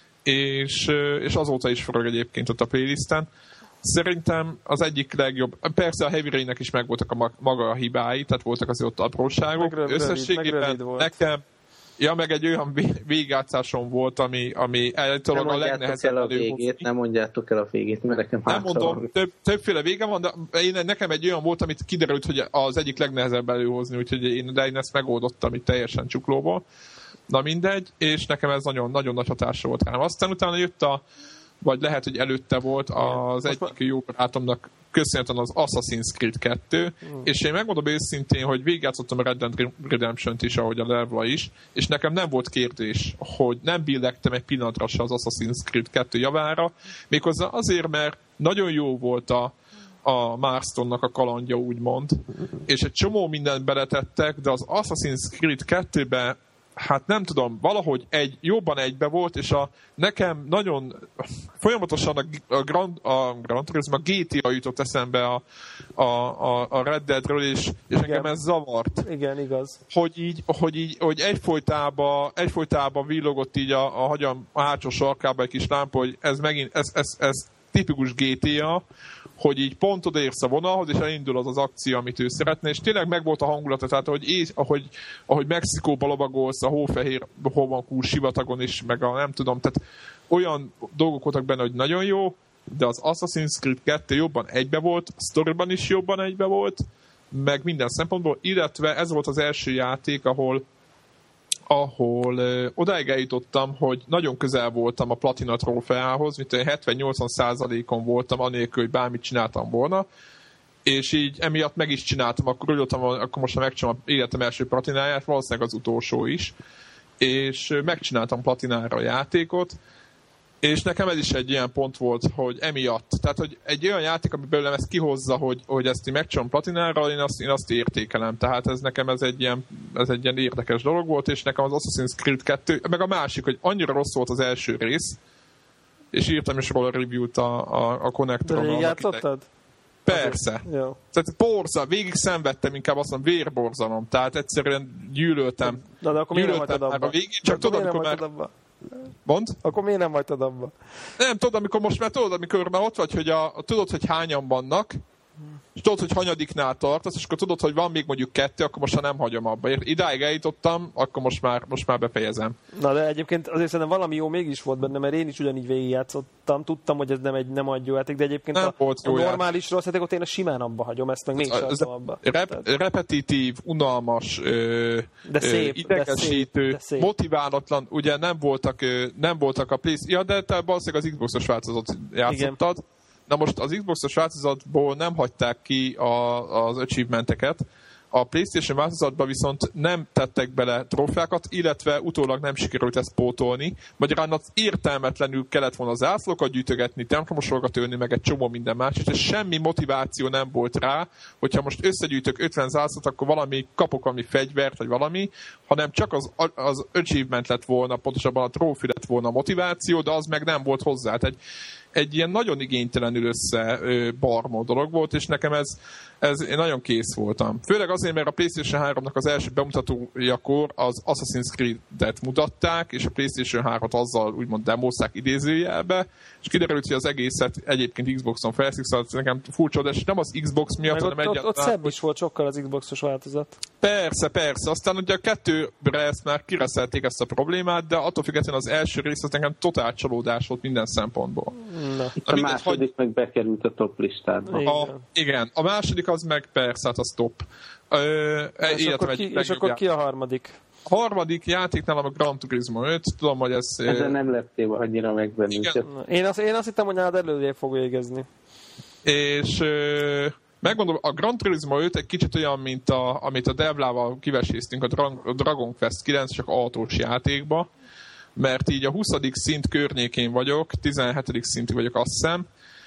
és, és azóta is forog egyébként ott a playlisten. Szerintem az egyik legjobb, persze a Heavy Rain-nek is megvoltak a maga a hibái, tehát voltak azért ott apróságok. Meg összességében nekem ja, meg egy olyan végjátszásom volt, ami, ami eltolog a legnehezebb a végét, nem mondjátok el a végét, mert nekem nem mondom, több, többféle vége van, de én, nekem egy olyan volt, amit kiderült, hogy az egyik legnehezebb előhozni, úgyhogy én, de én ezt megoldottam itt teljesen csuklóból. Na mindegy, és nekem ez nagyon, nagyon nagy hatása volt rám. Aztán utána jött a, vagy lehet, hogy előtte volt az egyik ma... jó barátomnak köszönhetően az Assassin's Creed kettő, mm. és én megmondom őszintén, hogy végigjátszottam a Red Dead Redemption-t is, ahogy a Levla is, és nekem nem volt kérdés, hogy nem billegtem egy pillanatra se az Assassin's Creed kettő javára, méghozzá azért, mert nagyon jó volt a, a Marstonnak a kalandja, úgymond, és egy csomó mindent beletettek, de az Assassin's Creed kettőben hát nem tudom, valahogy egy, jobban egybe volt, és a, nekem nagyon folyamatosan a, a, Grand, a Grand Turismo, a gé té á jutott eszembe a, a, a, a Red Deadről, és, és engem ez zavart. Igen, igaz. Hogy így, hogy így hogy egyfolytában, egyfolytában villogott így a, a hagyam a hátsó sarkába egy kis lámpa, hogy ez megint, ez, ez, ez tipikus gé té á, hogy így pont odaérsz a vonalhoz, és elindul az az akció, amit ő szeretne, és tényleg megvolt a hangulata, tehát ahogy, ész, ahogy, ahogy Mexikóba lovagolsz a hófehér hovankú sivatagon is, meg a nem tudom, tehát olyan dolgok voltak benne, hogy nagyon jó, de az Assassin's Creed kettő jobban egybe volt, a sztoriban is jobban egybe volt, meg minden szempontból, illetve ez volt az első játék, ahol ahol ö, odáig eljutottam, hogy nagyon közel voltam a Platina trófeához, mint hetven-nyolcvan százalékon voltam, anélkül, hogy bármit csináltam volna, és így emiatt meg is csináltam, akkor úgy voltam, akkor most már megcsinálom életem első platináját, valószínűleg az utolsó is, és ö, megcsináltam platinára a játékot, és nekem ez is egy ilyen pont volt, hogy emiatt, tehát hogy egy olyan játék, ami belőlem ezt kihozza, hogy, hogy ezt így megcsinálom platinára, én azt, én azt értékelem, tehát ez nekem ez egy, ilyen, ez egy ilyen érdekes dolog volt, és nekem az Assassin's Creed kettő, meg a másik, hogy annyira rossz volt az első rész, és írtam is róla review-t a, a, a Connectoron. De végig játszottad? Persze. Jó. Tehát borza, végig szenvedtem, inkább azt mondom, vérborzalom, tehát egyszerűen gyűlöltem. Na, de akkor miért nem hagytad abba? Végig, csak tudod, amikor már... Abba? Mond? Akkor miért nem hagytad abba? Nem, tudod, amikor most már tudod, amikor már ott vagy, hogy a, tudod, hogy hányan vannak, és tudod, hogy hanyadiknál tartasz, és akkor tudod, hogy van még mondjuk kettő, akkor most már nem hagyom abba. Idáig eljutottam, akkor most már, most már befejezem. Na de egyébként azért szerintem valami jó mégis volt benne, mert én is ugyanígy végigjátszottam, tudtam, hogy ez nem egy nem egy jó játék, de egyébként nem a, a normális rossz játékot én a simán abba hagyom, ezt meg mégsem hagyom abba. Rep, Tehát... repetitív, unalmas, ö, de szép, idegesítő, de szép, motiválatlan, ugye nem voltak, ö, nem voltak a PlayStation, ja, de te valószínűleg az Xbox-os változatot játszottad. Igen. Na most az Xbox-os változatból nem hagyták ki a, az achievementeket, a PlayStation változatban viszont nem tettek bele trófeákat, illetve utólag nem sikerült ezt pótolni. Magyarán az értelmetlenül kellett volna zászlókat gyűjtögetni, templomosorokat ölni, meg egy csomó minden más, és semmi motiváció nem volt rá, hogyha most összegyűjtök ötven zászlót, akkor valami kapok valami fegyvert, vagy valami, hanem csak az, az achievement lett volna, pontosabban a trófi lett volna a motiváció, de az meg nem volt hozzá. Egy, egy ilyen nagyon igénytelenül össze barmó dolog volt, és nekem ez, ez én nagyon kész voltam. Főleg azért, mert a PlayStation háromnak az első bemutatójakor az Assassin's Creed-et mutatták, és a PlayStation hármat azzal úgymond demózták idézőjelbe, és kiderült, hogy az egészet egyébként Xboxon felszik, szóval nekem furcsa, de nem az Xbox miatt, hanem egyáltalán... Ott, ott szebb is volt sokkal az Xboxos változat. Persze, persze. Aztán ugye a kettőre ezt már kireszelték ezt a problémát, de attól függetlenül az első rész az nekem totál csalódás volt minden szempontból. Na. Itt a, a második hogy... meg bekerült a top listádba. Igen. A, igen. A második az meg persze, hát az top. Ö, és, akkor ki, és akkor ki a harmadik? A harmadik játék nálam a Gran Turismo öt. Tudom, hogy ez... Ezen nem lettél annyira meg bennünket. Én azt, én azt hittem, hogy nálad előre fog végezni. És... Ö, megmondom, a Gran Turismo öt egy kicsit olyan, mint a, amit a Devlával kiveséztünk a, Dra- a Dragon Quest kilenc, csak autós játékba, mert így a huszadik szint környékén vagyok, tizenhetedik szintű vagyok, azt hiszem,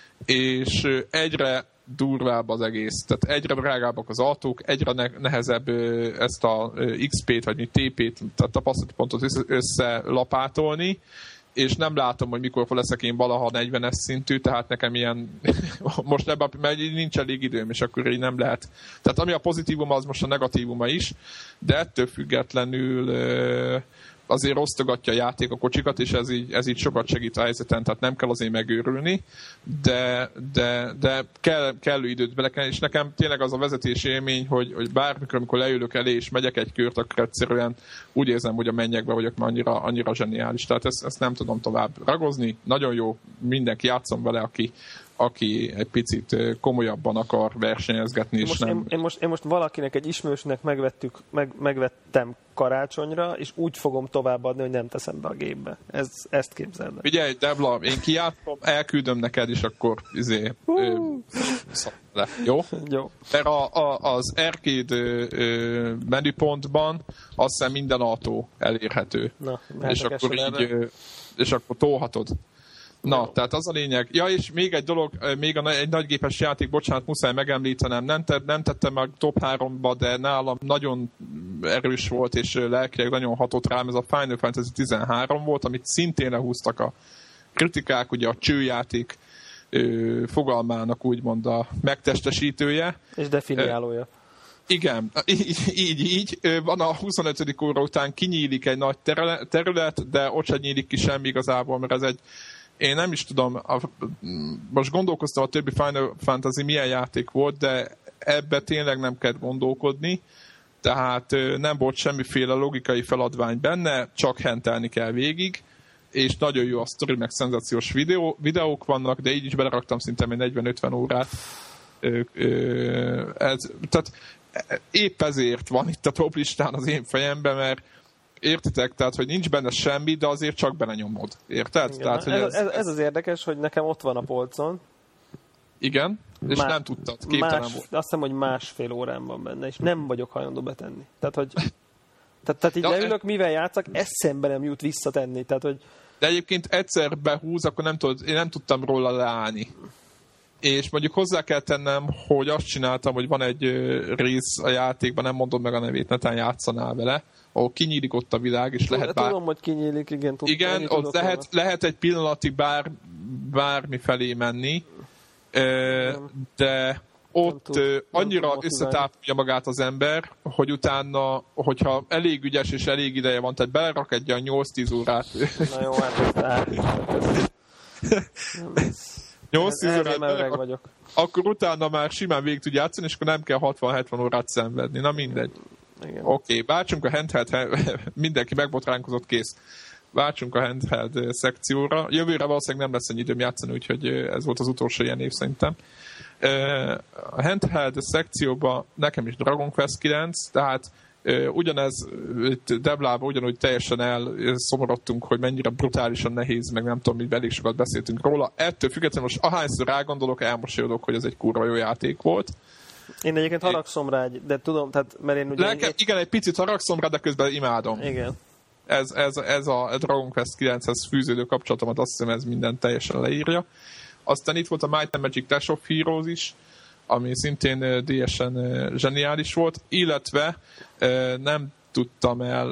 és egyre durvább az egész. Tehát egyre drágábbak az autók, egyre ne- nehezebb ezt a iksz pét, vagy té pét, tehát tapasztalati pontot összelapátolni, és nem látom, hogy mikor leszek én valaha negyvenes szintű, tehát nekem ilyen, most ebben, mert nincs elég időm, és akkor így nem lehet. Tehát ami a pozitívuma, az most a negatívuma is, de ettől függetlenül azért osztogatja a játék a kocsikat, és ez így, ez így sokat segít a helyzeten, tehát nem kell azért megőrülni, de, de, de kell, kellő időt bele kell, és nekem tényleg az a vezetési élmény, hogy, hogy bármikor, amikor leülök elé, és megyek egy kört, akkor egyszerűen úgy érzem, hogy a mennyekbe vagyok, mert annyira, annyira zseniális. Tehát ezt, ezt nem tudom tovább ragozni. Nagyon jó, mindenki játszom vele, aki, aki egy picit komolyabban akar versenyezgetni. És most nem... én, én, most, én most valakinek, egy ismerősnek megvettük, meg, megvettem karácsonyra, és úgy fogom továbbadni, hogy nem teszem be a gépbe. Ez, ezt képzeld el. Figyelj, Debla, én kijátszom, elküldöm neked, és akkor izé, ö, le, jó? Jó. Mert a, a, az arcade ö, menüpontban azt hiszem minden autó elérhető. Na, és akkor így, ö, és akkor tolhatod. Na, jó. Tehát az a lényeg. Ja, és még egy dolog, még a, egy nagygépes játék, bocsánat, muszáj megemlítenem, nem, te, nem tettem meg top háromba, de nálam nagyon erős volt, és lelkileg nagyon hatott rám, ez a Final Fantasy tizenhárom volt, amit szintén lehúztak a kritikák, ugye a csőjáték ö, fogalmának úgymond a megtestesítője. És definiálója. Ö, Igen, így, így, így. Van a huszonötödik óra után kinyílik egy nagy terület, de ott sem nyílik ki semmi igazából, mert ez egy, én nem is tudom, a, most gondolkoztam a többi Final Fantasy milyen játék volt, de ebbe tényleg nem kell gondolkodni, tehát nem volt semmiféle logikai feladvány benne, csak hentelni kell végig, és nagyon jó a sztori, meg szenzációs videó, videók vannak, de így is beleraktam szinte egy negyven-ötven órát. Ez, tehát épp ezért van itt a top listán az én fejemben, mert értitek, tehát, hogy nincs benne semmi, de azért csak belenyomod. Érted? Igen, tehát, hogy ez, ez, ez az érdekes, hogy nekem ott van a polcon. Igen, és Má, nem tudtad, képtelen más, volt. Azt hiszem, hogy másfél órán van benne, és nem vagyok hajlandó betenni. Tehát, hogy tehát, tehát így de leülök, mivel játszak, eszembe nem jut visszatenni. Tehát, hogy... De egyébként egyszer behúz, akkor nem tudod, én nem tudtam róla leállni. És mondjuk hozzá kell tennem, hogy azt csináltam, hogy van egy rész a játékban, nem mondom meg a nevét, netán játszanál vele, ahol kinyílik ott a világ, és lehet bár... Tudom, hogy kinyílik, igen. Tudom, igen, ott lehet, lehet egy pillanatig bár, bármi felé menni, de ott tud, annyira összetápolja magát az ember, hogy utána, hogyha elég ügyes és elég ideje van, tehát belerak egy olyan nyolc-tíz órát. Na jó, hát ez... nyolc-tíz órát öreg vagyok. akkor utána már simán végig tud játszani, és akkor nem kell hatvan-hetven órát szenvedni. Na mindegy. Oké, okay, váltsunk a handheld, mindenki megbotránkozott, kész. Váltsunk a handheld szekcióra. Jövőre valószínűleg nem lesz ennyi időm játszani, úgyhogy ez volt az utolsó ilyen év szerintem. A handheld szekcióban nekem is Dragon Quest kilenc, tehát ugyanez, Deblában ugyanúgy teljesen elszomorodtunk, hogy mennyire brutálisan nehéz, meg nem tudom, mi elég sokat beszéltünk róla. Ettől függetlenül most ahányszor rágondolok, elmosolyodok, hogy ez egy kurva jó játék volt. Én egyébként haragszom rá, de tudom, tehát, mert én ugye... Nekem, igen, egy picit haragszom rá, de közben imádom. Igen. Ez, ez, ez a Dragon Quest kilenchez fűződő kapcsolatomat, azt hiszem, ez minden teljesen leírja. Aztán itt volt a Might and Magic Dash of Heroes is, ami szintén dé es-en zseniális volt, illetve nem tudtam el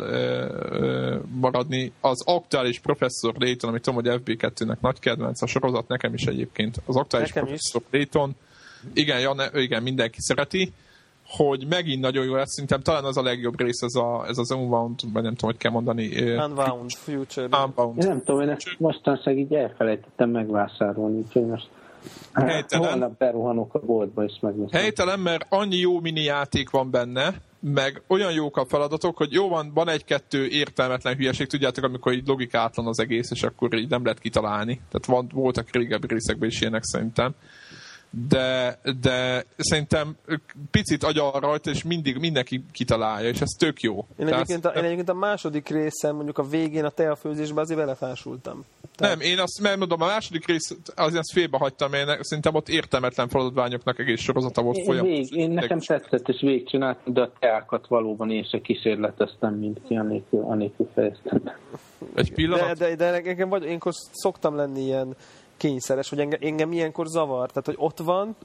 maradni az aktuális Professor Layton, amit tudom, hogy ef bé kettőnek nagy kedvenc, a sorozat nekem is egyébként. Az aktuális nekem Professor is. Layton, igen, ja, ne, igen, mindenki szereti, hogy megint nagyon jó lesz, szerintem talán az a legjobb rész, ez, a, ez az Unbound, vagy nem tudom, hogy kell mondani. Unbound Future. Unbound. Én nem tudom, én ezt mostanság így elfelejtettem megvásárolni, úgyhogy most helytelen. Holnap beruhanok a boltba, és megnézem. Helytelen, mert annyi jó mini játék van benne, meg olyan jók a feladatok, hogy jó van, van egy-kettő értelmetlen hülyeség, tudjátok, amikor így logikátlan az egész, és akkor így nem lehet kitalálni. Tehát van, voltak régebbi részekben is ilyenek szerintem. De, de szerintem picit agyal rajta, és mindig mindenki kitalálja, és ez tök jó. Én egyébként, a, én egyébként a második részen, mondjuk a végén a teafőzésben azért belefásultam. Tehát... Nem, én azt megmondom, a második rész azért azt félbehagytam, én szerintem ott értelmetlen feladatványoknak egész sorozata volt folyamatos. Én, én nekem tetszett, és végigcsináltam, de a teákat valóban én se kísérleteztem mindki, anélkül, anélkül fejeztem. Egy pillanat? De, de, de engem vagy, énkor szoktam lenni ilyen kényszeres, hogy engem, engem ilyenkor zavar. Tehát, hogy ott van,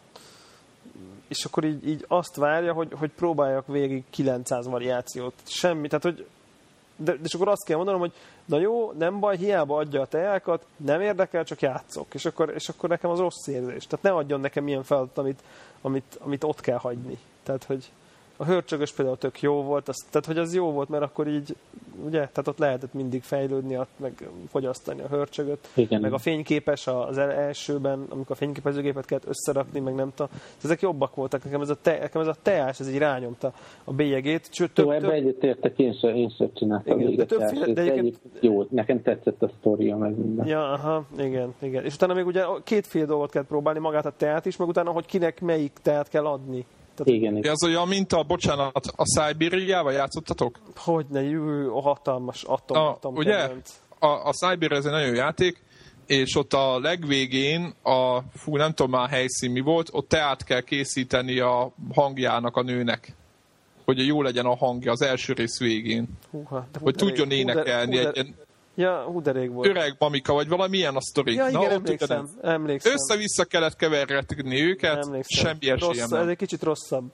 és akkor így, így azt várja, hogy, hogy próbáljak végig kilencszáz variációt. Semmi, tehát, hogy de, de akkor azt kell mondanom, hogy na jó, nem baj, hiába adja a teákat, nem érdekel, csak játszok. És akkor, és akkor nekem az rossz érzés. Tehát ne adjon nekem ilyen feladatot, amit, amit, amit ott kell hagyni. Tehát, hogy a hörcsögös például tök jó volt, az, tehát hogy az jó volt, mert akkor így, ugye, tehát ott lehetett mindig fejlődni, meg fogyasztani a hörcsögöt, igen. Meg a fényképes az elsőben, amikor a fényképezőgépet kellett összerakni, meg nem tudom, ezek jobbak voltak, nekem ez a, te, nekem ez a teás, ez így rányomta a bélyegét. Sőt, több, jó, ebbe egyetértek, én sem, én sem csináltam még a teás, de egyébként jó, nekem tetszett a sztoria, meg minden. Ja, aha, igen, igen. És utána még ugye kétféle dolgot kell próbálni, magát a teát is, meg utána, hogy kinek melyik teát kell adni. Tehát, igen, igen. Ez olyan, mint a, bocsánat, a Szibériával játszottatok? Hogyne, jő, a hatalmas atom. A, atom ugye? A, a Siberia ez egy nagyon jó játék, és ott a legvégén, a, fú, nem tudom már helyszín mi volt, ott teát kell készíteni a hangjának a nőnek. Hogy jó legyen a hangja az első rész végén. Húha, hogy tudjon énekelni hú, de, hú, de, egy ilyen ja, hú, de rég volt. Öreg mamika, vagy valamilyen a sztori. Ja, igen, Na, emlékszem, emlékszem. Össze-vissza kellett kevergetni őket, emlékszem. Semmi esélyem nem. Ez egy kicsit rosszabb.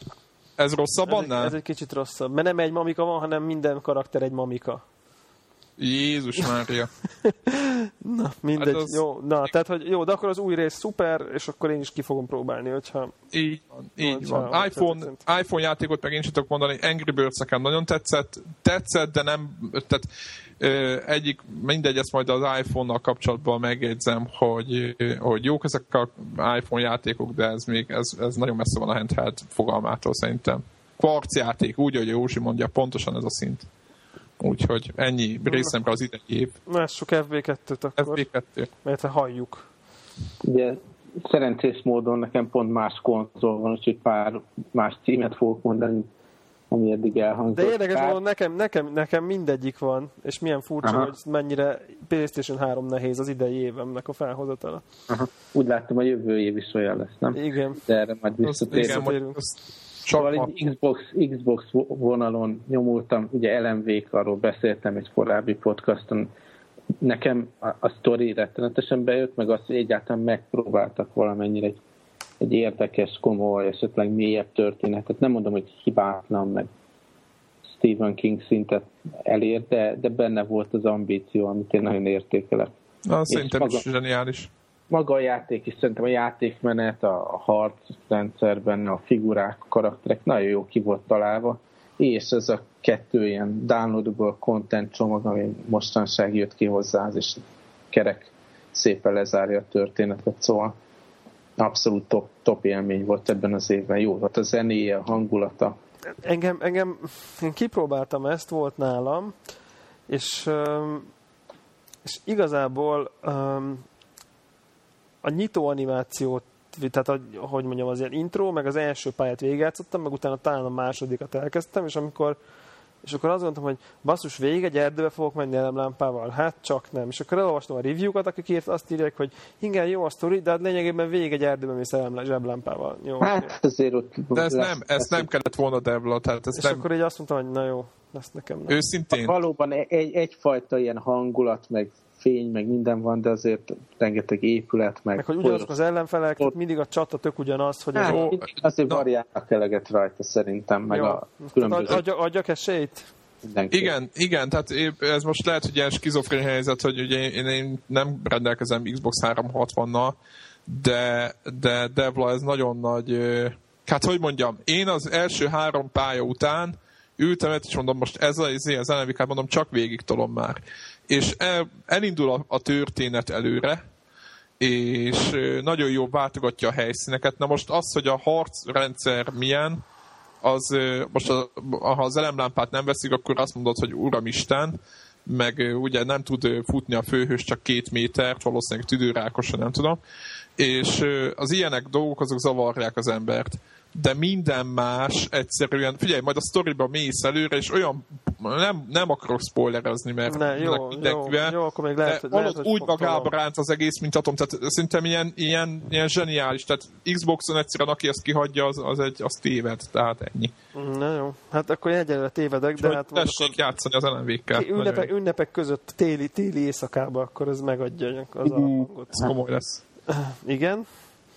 Ez rosszabb ez annál? Egy, ez egy kicsit rosszabb. Mert nem egy mamika van, hanem minden karakter egy mamika. Jézus Mária. Na, mindegy. Hát az... Jó, na, tehát, hogy jó, de akkor az új rész szuper, és akkor én is ki fogom próbálni, hogyha... Így van, így hogyha, van. iPhone, iPhone játékot meg én sem tudok mondani, Angry Birds nekem nagyon tetszett, tetszett, de nem, tehát ö, egyik, mindegy, ezt majd az iPhone-nal kapcsolatban megjegyzem, hogy, hogy jók ezek az iPhone játékok, de ez még, ez, ez nagyon messze van a handheld fogalmától szerintem. Kvarcjáték, úgy, hogy Józsi mondja, pontosan ez a szint. Úgyhogy ennyi részemre az idei év. Lássuk ef bé kettőt akkor. ef bé kettő. Mert halljuk. Ugye szerencsés módon nekem pont más konzol van, úgyhogy pár más címet fogok mondani, ami eddig elhangzott. De érdekes módon nekem, nekem, nekem mindegyik van, és milyen furcsa, aha, hogy mennyire PlayStation három nehéz az idei évemnek a felhozatala. Aha. Úgy láttam, a jövő év is olyan lesz, nem? Igen. De erre majd visszatérünk. Szóval egy Xbox, Xbox vonalon nyomultam, ugye el em vé-k, arról beszéltem egy korábbi podcaston. Nekem a, a sztori rettenetesen bejött, meg azt, hogy egyáltalán megpróbáltak valamennyire egy, egy érdekes, komoly, esetleg mélyebb történetet. Nem mondom, hogy hibátlan, meg Stephen King szintet elér, de, de benne volt az ambíció, amit én nagyon értékelek. Na, szerintem maga, is zseniális. Maga a játék is, szerintem a játékmenet, a harcrendszerben, a figurák, a karakterek nagyon jó ki volt találva, és ez a kettő ilyen downloadable content csomag, ami mostanság jött ki hozzá, és kerek szépen lezárja a történetet, szóval abszolút top, top élmény volt ebben az évben. Jó volt a zenéje, a hangulata. Engem, engem, én kipróbáltam ezt, volt nálam, és, és igazából a nyitó animációt, tehát a, hogy mondjam, az ilyen intro, meg az első pályát végigjátszottam, meg utána talán a másodikat elkezdtem, és amikor és akkor azt mondtam, hogy basszus, végig egy erdőbe fogok menni elemlámpával. Hát csak nem. És akkor elolvastam a review-kat, akik írt, azt írják, hogy igen, jó a sztori, de hát lényegében végig egy erdőbe mész zseblámpával. Jó, hát azért ott de ez lesz, nem, ezt nem kellett volna Devla, tehát ez és nem... akkor így azt mondtam, hogy na jó, ezt nekem nem. Őszintén. Valóban egy, egyfajta ilyen hangulat, meg fény, meg minden van, de azért rengeteg épület, meg... Meg hogy ugyanazok az ellenfelek, ott... mindig a csata tök ugyanaz, hogy... Hát, az... azért na. Variálnak eleget rajta szerintem, meg jó. A különböző... Adja, adjak esélyt? Mindenki. Igen, igen, tehát ez most lehet, hogy ilyen skizofrén helyzet, hogy ugye én, én nem rendelkezem Xbox háromszázhatvannal, de, de Devla ez nagyon nagy... Hát hogy mondjam, én az első három pálya után ültem, és mondom, most ez az, az en el vé ká, mondom, csak végig tolom már. És el, elindul a, a történet előre, és nagyon jól váltogatja a helyszíneket. Na most az, hogy a harcrendszer milyen, az most a, ha az elemlámpát nem veszik, akkor azt mondod, hogy uramisten, meg ugye nem tud futni a főhős csak két métert, valószínűleg tüdőrákosan, nem tudom. És az ilyenek dolgok, azok zavarják az embert. De minden más egyszerűen, figyelj, majd a sztoriba mész előre, és olyan, nem, nem akarok spoilerezni, mert ne, jó, mindenkivel, jó, jó, akkor még lehet, hogy, lehet, hogy úgy magába ránt az egész, mint atom, tehát szerintem ilyen, ilyen, ilyen zseniális, tehát Xboxon egyszerűen, aki ezt kihagyja, az, az, egy, az téved, tehát ennyi. Na jó, hát akkor egyelőre tévedek, de hát tessék akkor játszani az en el vé-kkel. Ünnepek, ünnepek között téli, téli éjszakába, akkor ez megadja az a hangot. Ez komoly lesz. Igen.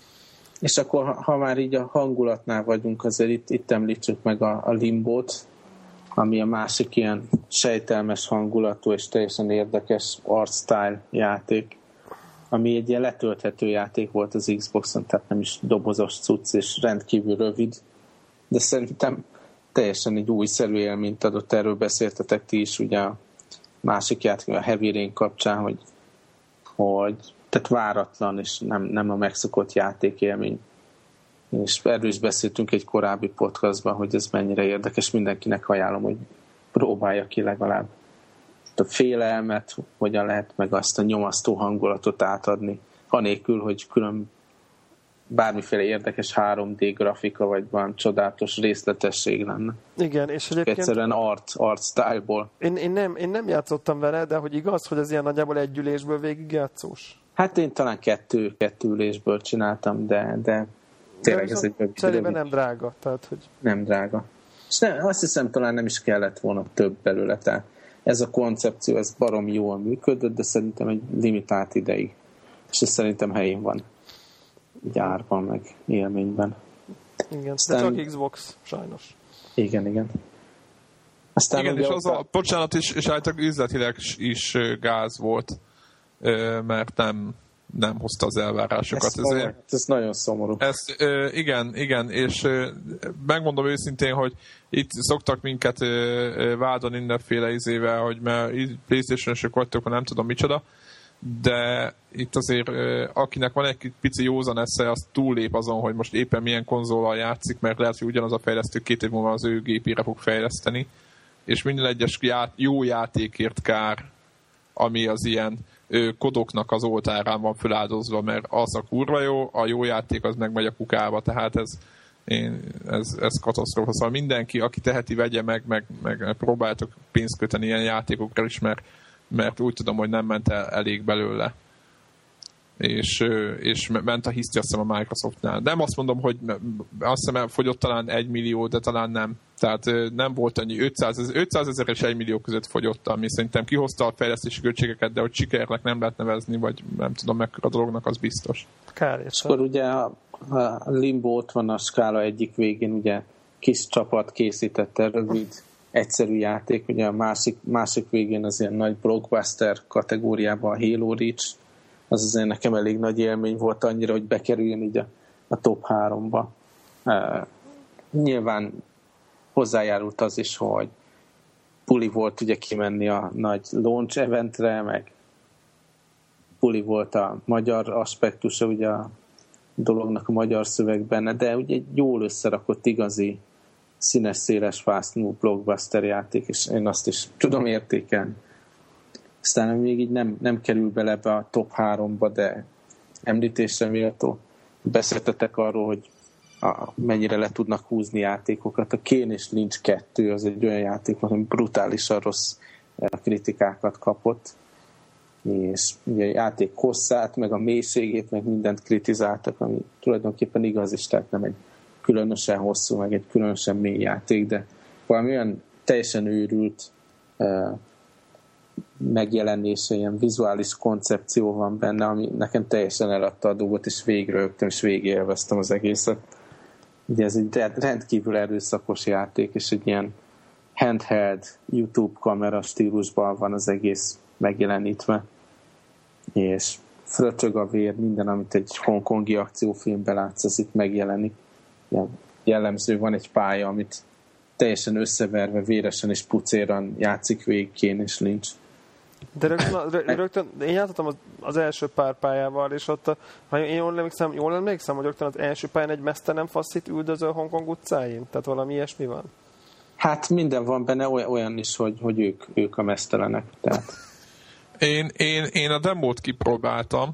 És akkor, ha, ha már így a hangulatnál vagyunk, azért itt, itt említsük meg a, a Limbót, ami a másik ilyen sejtelmes hangulatú és teljesen érdekes art style játék, ami egy ilyen letölthető játék volt az Xboxon, tehát nem is dobozos cucc, és rendkívül rövid, de szerintem teljesen egy újszerű élményt adott, erről beszéltetek ti is, ugye a másik játék, a Heavy Rain kapcsán, hogy, hogy tehát váratlan, és nem, nem a megszokott játékélmény. És erről is beszéltünk egy korábbi podcastban, hogy ez mennyire érdekes, mindenkinek ajánlom, hogy próbálja ki legalább a félelmet, hogyan lehet meg azt a nyomasztó hangulatot átadni, anélkül, hogy külön bármiféle érdekes három dé grafika, vagy valami csodálatos részletesség lenne. Igen, és egyébként... Egyszerűen art, art style-ból. Én, én, nem, én nem játszottam vele, de hogy igaz, hogy ez ilyen nagyjából egy ülésből végig játszós? Hát én talán kettő, kettő ülésből csináltam, de, de tényleg ez egy rövid. Cserébe nem drága, tehát hogy... Nem drága. És nem, azt hiszem, talán nem is kellett volna több belőle, tehát ez a koncepció, ez baromi jól működött, de szerintem egy limitált ideig. És ez szerintem helyén van. Így árban, meg élményben. Igen, aztán... de csak Xbox, sajnos. Igen, igen. Aztán igen, és az a... a, bocsánat, és, és általában üzletileg is gáz volt, mert nem, nem hozta az elvárásokat. Ez, ez, ez nagyon szomorú. Ez, igen, igen, és megmondom őszintén, hogy itt szoktak minket vádolni mindenféle izével, hogy mert PlayStation-ösök vagytok, nem tudom micsoda, de itt azért akinek van egy pici józan esze, az túllép azon, hogy most éppen milyen konzollal játszik, mert lehet, hogy ugyanaz a fejlesztő két év múlva az ő gépére fog fejleszteni, és minden egyes ját, jó játékért kár, ami az ilyen kodoknak az oltárán van feláldozva, mert az a kurva jó, a jó játék az meg megy a kukába, tehát ez, én, ez, ez katasztrófa. Szóval mindenki, aki teheti, vegye meg, meg, meg próbáltok pénzt köteni ilyen játékokra is, mert, mert úgy tudom, hogy nem ment el elég belőle. És, és ment a hiszti, azt hiszem, a Microsoftnál. Nem azt mondom, hogy azt hiszem, fogyott talán egy millió, de talán nem. Tehát nem volt annyi, ötszázezer és egy millió között fogyott, ami szerintem kihozta a fejlesztési költségeket, de hogy sikernek nem lehet nevezni, vagy nem tudom, mekkora dolognak, az biztos. Kár, és akkor ugye a, a Limbo ott van a skála egyik végén, ugye kis csapat készítette rövid, egyszerű játék, ugye a másik, másik végén az ilyen nagy blockbuster kategóriában a Halo Reach, az azért nekem elég nagy élmény volt annyira, hogy bekerüljön így a, a top háromba. Uh, nyilván hozzájárult az is, hogy puli volt ugye kimenni a nagy launch eventre, meg puli volt a magyar aspektusa ugye a dolognak a magyar szöveg benne, de ugye egy jól összerakott igazi színes, széles fásznú blockbuster játék, és én azt is tudom értékelni. Aztán még így nem, nem kerül bele be a top háromba, de említésre méltó. Beszéltetek arról, hogy a, mennyire le tudnak húzni játékokat. A Kane és Lynch kettő az egy olyan játék, ami brutálisan rossz kritikákat kapott, és ugye a játék hosszát, meg a mélységét, meg mindent kritizáltak, ami tulajdonképpen igaz is, tehát nem egy különösen hosszú, meg egy különösen mély játék, de valami olyan teljesen őrült uh, megjelenése, ilyen vizuális koncepció van benne, ami nekem teljesen eladta a dolgot, és végigrögtem, és végigélveztem az egészet. Ugye ez egy rendkívül erőszakos játék, és egy ilyen handheld YouTube kamera stílusban van az egész megjelenítve, és fröcsög a vér, minden, amit egy hongkongi akciófilmben látsz, az itt megjelenik. Jellemző, van egy pálya, amit teljesen összeverve, véresen és pucéran játszik végig Kane és Lynch. De rögtön, rögtön én játszottam az, az első pár pályával, és ott, a, ha én jól emlékszem, jól emlékszem, hogy rögtön az első pályán egy mesztelen faszit üldöző Hongkong utcáin? Tehát valami ilyesmi van? Hát minden van benne, olyan is, hogy, hogy ők, ők a mesztelenek. Tehát. Én, én, én a demót kipróbáltam,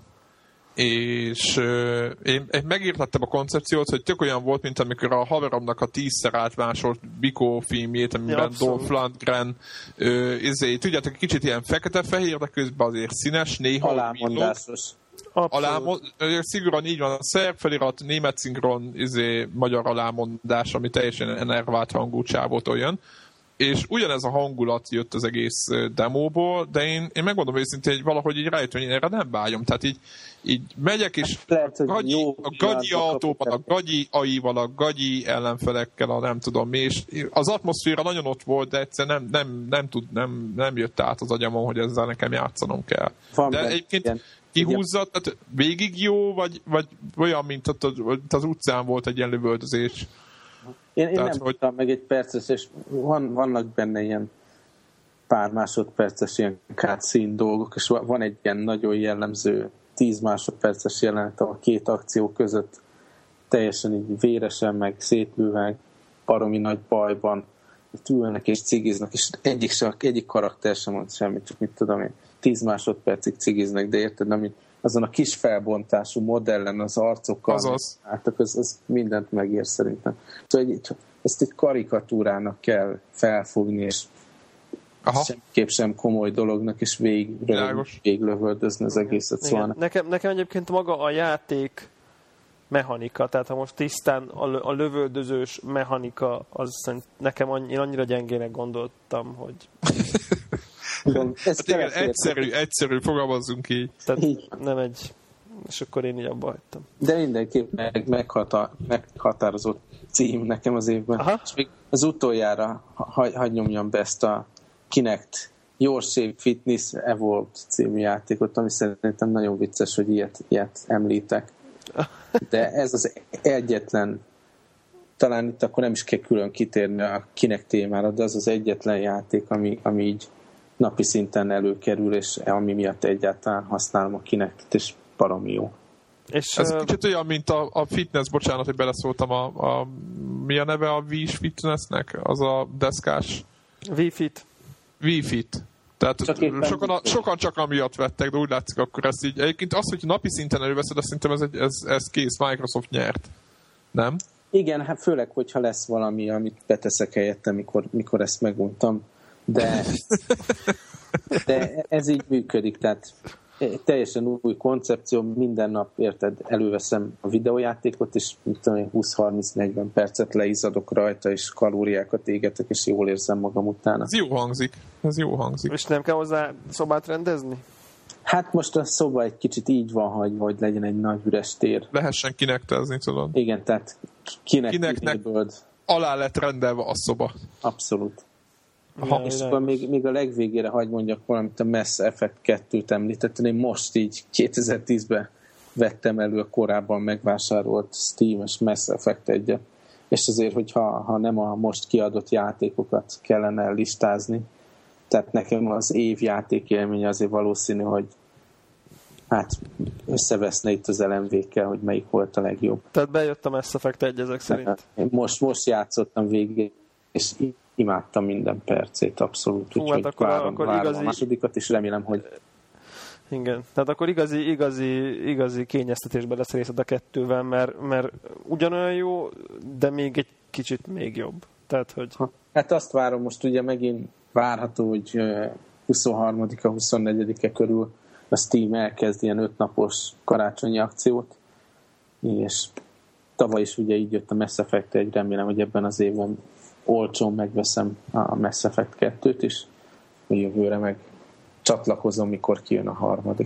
és euh, én, én megértettem a koncepciót, hogy tök olyan volt, mint amikor a haveromnak a tízszer átmásolt Bikó filmjét, amiben ja, Dolph Lundgren euh, izé, tudjátok, kicsit ilyen fekete-fehér, de közben azért színes, néha alámondásos. Alámond, szigorúan így van, a szerb felirat, német szinkron, izé, magyar alámondás, ami teljesen enervált hangú csávot olyan. És ugyanez a hangulat jött az egész demóból, de én, én megmondom őszintén, hogy valahogy így rájöttem, hogy én erre nem vágyom. Tehát így, így megyek, és lehet, a gagyi, a gagyi autóban, a gagyi aival, a gagyi ellenfelekkel, a nem tudom mi, és az atmoszféra nagyon ott volt, de egyszer nem, nem, nem, tud, nem, nem jött át az agyamon, hogy ezzel nekem játszanom kell. Van de egyébként ilyen kihúzza, tehát végig jó, vagy, vagy olyan, mint az utcán volt egy ilyen lövöldözés? Én, én Tehát, nem hogy... tudtam meg egy perces, és van, vannak benne ilyen pár másodperces ilyen cutscene dolgok, és van egy ilyen nagyon jellemző tíz másodperces jelenet, a két akció között teljesen így véresen, meg szétlőve, baromi nagy bajban ülnek és cigiznak, és egyik, sem, egyik karakter sem mond semmit, csak mit tudom én, tíz másodpercig cigiznek, de érted, amit azon a kis felbontású modellen az arcokkal Azaz. álltak, az, az mindent megér szerintem. Szóval ezt egy karikatúrának kell felfogni, és aha, semmiképp sem komoly dolognak, és végig, végig lövöldözni az egészet. Szóval nekem, nekem egyébként maga a játék mechanika, tehát ha most tisztán a lövöldözős mechanika, az szerint nekem annyi, én annyira gyengének gondoltam, hogy... hát igen, egyszerű, egyszerű, fogalmazzunk így. Tehát így. Nem egy... És akkor én így abba hagytam. De mindenképp meg, meghata, meghatározott cím nekem az évben. Aha. És még az utoljára hagy, hagy nyomjam be ezt a Kinect Your Shape Fitness Evolved című játékot, ami szerintem nagyon vicces, hogy ilyet, ilyet említek. De ez az egyetlen, talán itt akkor nem is kell külön kitérni a Kinect témára, de az az egyetlen játék, ami, ami így napi szinten előkerül, és ami miatt egyáltalán használom a Kinect-et, és baromi jó. És ez uh, kicsit olyan, mint a, a fitness, bocsánat, hogy beleszóltam, a, a, mi a neve a Wii Fitnessnek? Az a deszkás... Wii Fit. Wii Fit. Tehát sokan, a, sokan csak amiatt vettek, de úgy látszik, akkor ezt így... Egyébként az, hogy napi szinten előveszed, azt szerintem ez, egy, ez, ez kész, Microsoft nyert. Nem? Igen, hát főleg, hogyha lesz valami, amit beteszek helyette, mikor, mikor ezt meguntam. De, de ez így működik, tehát teljesen új koncepció, minden nap, érted, előveszem a videójátékot, és húsz-harminc-negyven percet leizadok rajta, és kalóriákat égetek, és jól érzem magam utána. Ez jó hangzik, ez jó hangzik. És nem kell hozzá szobát rendezni? Hát most a szoba egy kicsit így van, hogy, hogy legyen egy nagy üres tér. Lehessen kinektezni, tudod? Igen, tehát kineknek alá lett rendelve a szoba. Abszolút. Aha. És akkor még, még a legvégére hagy mondjak valamit, a Mass Effect kettőt említettem. Én most így kétezer-tízben vettem elő a korábban megvásárolt Steam-es Mass Effect egyet. És azért, hogyha ha nem a most kiadott játékokat kellene listázni, tehát nekem az év játékélménye azért valószínű, hogy hát összeveszne itt az el em vé-kkel, hogy melyik volt a legjobb. Tehát bejött a Mass Effect egy ezek szerint. Én most, most játszottam végig, és imádtam minden percét abszolút. Hú, hát akkor, várom, akkor várom igazi... a másodikat, és remélem, hogy igen, tehát akkor igazi, igazi, igazi kényeztetésben lesz részed a kettővel, mert, mert ugyanolyan jó, de még egy kicsit még jobb. Tehát, hogy... Hát azt várom, most ugye megint várható, hogy huszonharmadika, huszonnegyedike körül a Steam elkezd ilyen ötnapos karácsonyi akciót, és tavaly is ugye így jött a Mass Effect egy, remélem, hogy ebben az évben olcsón megveszem a Mass Effect kettőt is, hogy jövőre meg csatlakozom, mikor kijön a harmadik.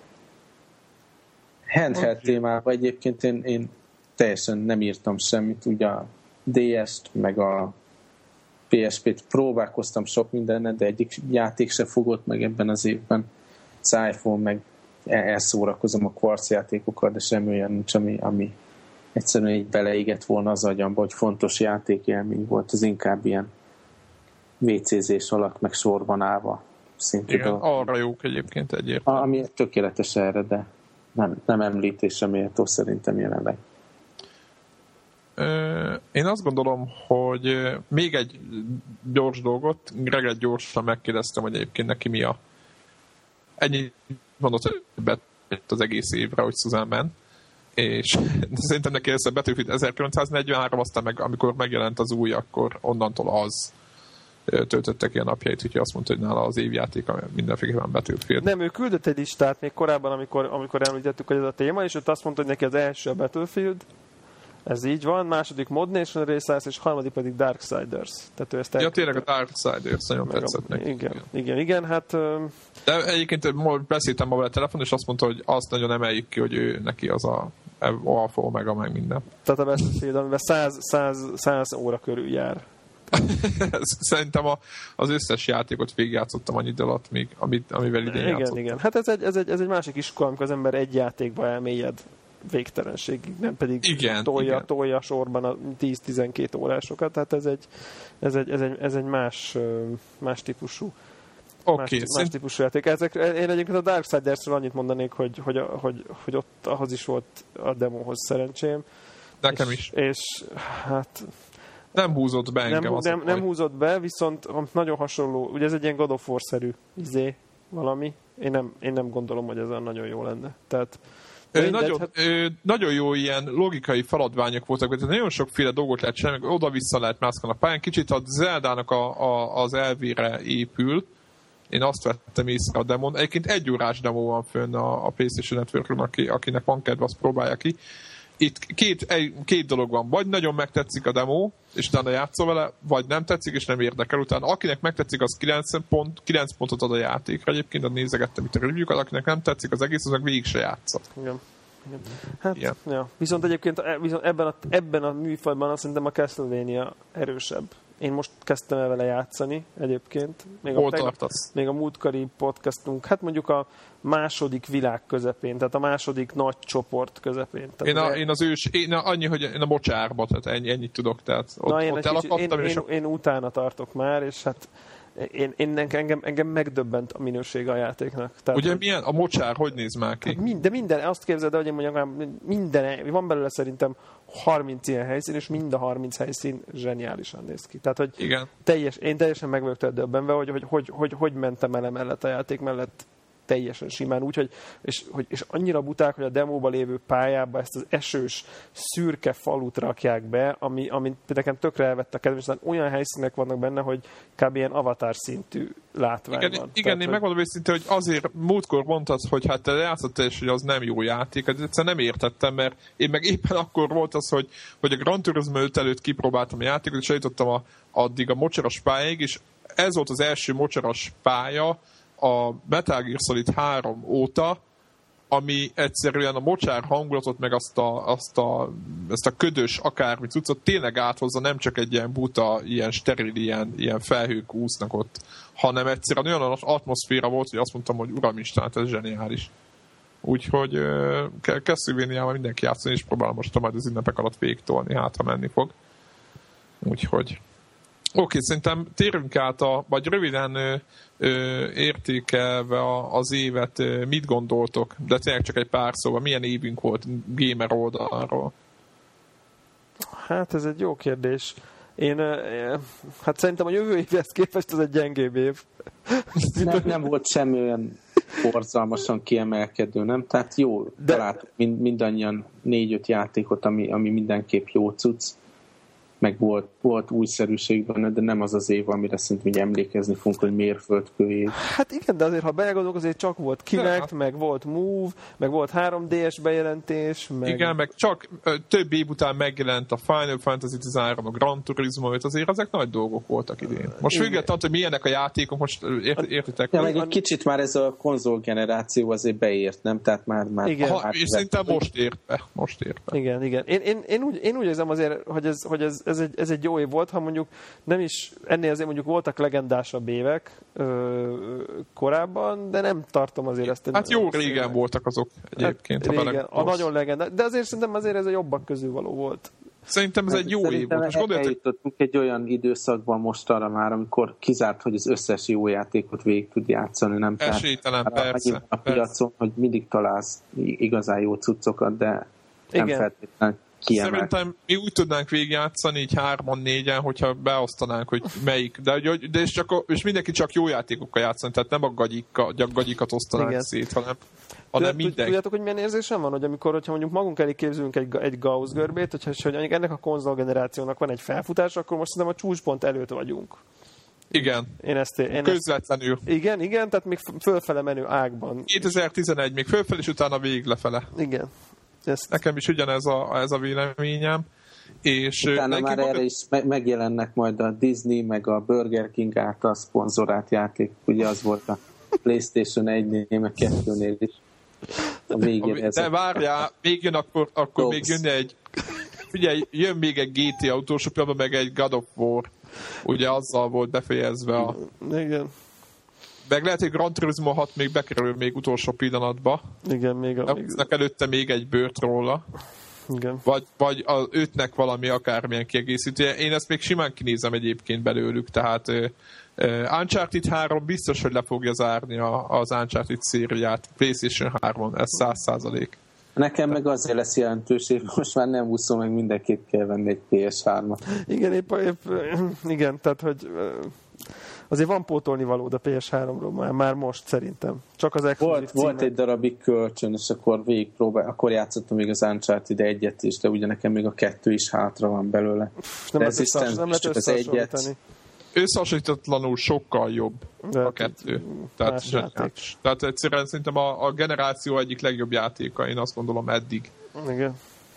Handheld témában egyébként én, én teljesen nem írtam semmit, ugye a dé est, meg a pé es pét próbálkoztam sok mindennel, de egyik játék se fogott meg ebben az évben. Az iPhone meg elszórakozom a Quartz játékokkal, de semmi olyan nincs, ami, ami egyszerűen így beleégett volna az agyamba, hogy fontos játékélmény volt, az inkább ilyen vécézés alatt, meg sorban állva. Igen, a... arra jók egyébként egyértelmű. Ami tökéletes erre, de nem, nem említésre méltó szerintem jelenleg. Én azt gondolom, hogy még egy gyors dolgot, Greget gyorsan megkérdeztem, hogy egyébként neki mi a ennyi mondott többet az egész évre, hogy Susan Ben, és szerintem neki ez a Battlefield ezerkilencszáznegyvenhárom, aztán meg, amikor megjelent az új, akkor onnantól az töltöttek ki a napjait, úgyhogy azt mondta, hogy nála az évjáték mindenféleképpen Battlefield. Nem, ő küldött egy listát még korábban, amikor, amikor említettük, hogy ez a téma, és ott azt mondta, hogy neki az első a Battlefield, ez így van, második Mod Nation rész lesz, és harmadik pedig Darksiders. Tehát ő ezt ja, tényleg a Darksiders nagyon tetszett neki. Igen, igen, igen, igen, hát... De egyébként beszéltem ma vele telefon, és azt mondta, hogy azt nagyon emeljük ki, hogy ő neki az a Alpha Omega meg minden. Tehát a Battlefield, amiben száz óra körül jár. Szerintem a, az összes játékot végigjátszottam annyi idő alatt, még, amit, amivel idén igen, játszottam. Igen, hát ez egy, ez, egy, ez egy másik iskola, amikor az ember egy játékba elmélyed végtelenségig, nem pedig igen, tolja, igen. tolja sorban a tíz-tizenkét órásokat, tehát ez egy, ez egy, ez egy, ez egy más, más típusú okay, más, szint... más típusú játék. Ezek, én egyébként a Darksiders-ről annyit mondanék, hogy, hogy, hogy, hogy ott ahhoz is volt a demóhoz szerencsém. Nekem és, is. És hát nem húzott be engem. Nem, az nem, nem húzott be, viszont nagyon hasonló, ugye ez egy ilyen God of War-szerű izé valami. Én nem, én nem gondolom, hogy ez olyan nagyon jó lenne. Tehát Ö, nagyon, hát... ö, nagyon jó ilyen logikai feladványok voltak, tehát nagyon sokféle dolgot lehet csinálni, oda-vissza lehet mászkálni a pályán. Kicsit a Zeldának a, a, az elvére épül. Én azt vettem észre a demon. Egyébként egy órás demo van fönn a, a PlayStation Network-on, aki, akinek van kedve, azt próbálja ki. Itt két, egy, két dolog van. Vagy nagyon megtetszik a demo, és utána játszol vele, vagy nem tetszik, és nem érdekel. Utána akinek megtetszik, az kilenc, pont, kilenc pontot ad a játékra. Egyébként a nézegettem itt a review-kat, akinek nem tetszik az egész, az meg végig se játszott. Igen. Igen. Hát, ja. Viszont egyébként viszont ebben, a, ebben a műfajban azt szerintem a Castlevania erősebb. Én most kezdtem el vele játszani egyébként. Még Hol a, tartasz? Még a múltkori podcastunk, hát mondjuk a második világ közepén, tehát a második nagy csoport közepén. Tehát én, a, az én az ős, én a, annyi, hogy én a mocsárba, tehát ennyi, ennyit tudok, tehát ott, Na, én, ott kicsit, én, és én, én utána tartok már, és hát én, én engem, engem megdöbbent a minősége a játéknak. Tehát, ugye milyen? A mocsár hogy néz már ki? Hát de minden, azt képzeld el, hogy én mondjam, minden, van belőle szerintem harminc ilyen helyszín, és mind a harminc helyszín zseniálisan néz ki. Tehát, hogy igen. Teljes, én teljesen meg vagyok döbbenve, hogy hogy, hogy, hogy hogy mentem el mellett a játék mellett teljesen simán, úgyhogy és, hogy, és annyira buták, hogy a demóban lévő pályába ezt az esős, szürke falut rakják be, ami, ami nekem tökre elvett a kedves, hiszen olyan helyszínek vannak benne, hogy kb. Ilyen avatar szintű látvány igen, van. Igen, Tehát, én hogy... megmondom őszintén, hogy azért múltkor mondtad, hogy hát te játszottál, és hogy az nem jó játék, hát egyszerűen nem értettem, mert én meg éppen akkor volt az, hogy, hogy a Gran Turismo öt előtt kipróbáltam a játékot, és eljutottam a, addig a mocsaras pályáig, és ez volt az első mocsaras pálya a Metal Gear Solid három óta, ami egyszerűen a mocsár hangulatot, meg azt a, azt a, ezt a ködös akármit cuccot tényleg áthozza, nem csak egy ilyen buta, ilyen steril, ilyen, ilyen felhők úsznak ott, hanem egyszerűen olyan atmoszféra volt, hogy azt mondtam, hogy uramisten, hát ez zseniális. Úgyhogy Castlevaniával mindenki játszani, és próbálom most majd az ünnepek alatt végigtolni, hát ha menni fog. Úgyhogy Oké, szerintem térünk át, a, vagy röviden ö, ö, értékelve a, az évet, ö, mit gondoltok? De tényleg csak egy pár szóval, milyen évünk volt gamer oldalról? Hát ez egy jó kérdés. Én, hát szerintem a jövő évhez képest ez egy gyengébb év. Nem, nem volt semmi olyan borzalmasan kiemelkedő, nem? Tehát jó, de... találtuk mind, mindannyian négy-öt játékot, ami, ami mindenképp jó cucc, meg volt, volt újszerűség benne, de nem az az év, amire szerintem így emlékezni fogunk, hogy mérföldkő év. Hát igen, de azért, ha belegondolok, azért csak volt Kinect, meg volt Move, meg volt három dé es bejelentés. Meg... Igen, meg csak ö, több év után megjelent a Final Fantasy tizenhárom, a Gran Turismo öt, azért ezek nagy dolgok voltak idén. Most függetlenül, hogy milyenek a játékok, most ért, értitek? Ja, meg egy kicsit már ez a konzolgeneráció azért beért, nem? Tehát már... már igen. Aha, és szerintem most ért be. Most ért be. Igen, igen. Én, én, én, úgy, én úgy érzem azért, hogy ez, hogy ez Ez egy, ez egy jó év volt, ha mondjuk nem is, ennél azért mondjuk voltak legendásabb évek ö, korábban, de nem tartom azért ezt. Hát jó régen évek. Voltak azok egyébként. Hát régen, a nagyon legendás, de azért szerintem azért ez a jobbak közül való volt. Szerintem ez egy jó év volt. Most eljutottunk egy olyan időszakban most arra már, amikor kizárt, hogy az összes jó játékot végig tud játszani, nem? Esélytelen, persze. A piacon, hogy mindig találsz igazán jó cuccokat, de nem igen. feltétlenül kiemelt. Szerintem mi úgy tudnánk végigjátszani, így hárman, négyen, hogyha beosztanánk, hogy melyik. De, de és, csak a, és mindenki csak jó játékokkal játszani, tehát nem a gagyika, gagyikat osztanánk igen. szét, hanem, hanem mindenki. Tudjátok, hogy milyen érzésem van, hogy amikor, hogyha mondjuk magunk elé képzelünk egy, egy Gauss görbét, hogyha hogy ennek a konzolgenerációnak van egy felfutás, akkor most szerintem a csúcspont előtt vagyunk. Igen. Én ezt, én közvetlenül. Ezt, igen, igen, tehát még fölfele menő ágban. kétezer-tizenegy még fölfele, és utána végig lefele. Igen. Ezt... Nekem is ugyanez a, ez a véleményem. És utána már maga... erre is megjelennek majd a Disney, meg a Burger King által szponzorált játék. Ugye az volt a PlayStation egynél, meg kettőnél is. A végén ez de a... várjál, még jön akkor, akkor még jönne egy... Figyelj, jön még egy gé té á utolsó pillanatban, meg egy God of War. Ugye azzal volt befejezve a... Igen. Meg lehet, hogy Gran Turismo hat még bekerül még utolsó pillanatba. Igen, még a... Hoznak előtte még egy bőrt róla. Igen. Vagy, vagy az ötnek valami akármilyen kiegészítője. Én ezt még simán kinézem egyébként belőlük, tehát uh, uh, Uncharted három biztos, hogy le fogja zárni a, az Uncharted szériát PlayStation hármon, ez száz százalék. Nekem meg azért lesz jelentős, hogy most már nem úszom, meg mindenképp kell venni egy pé es hármat. Igen, épp, épp, igen, tehát hogy azért van pótolni való a pé es háromról már, már most szerintem. Csak az volt, volt egy darabig kölcsön, és akkor végigpróbál, akkor játszottam még az Uncharted egyet is, de ugye nekem még a kettő is hátra van belőle. Pff, nem lehet összehasonlítani. Összehasonlítatlanul sokkal jobb de a kettő. Tehát, tehát egyszerűen szerintem a, a generáció egyik legjobb játéka, én azt gondolom eddig. Igen.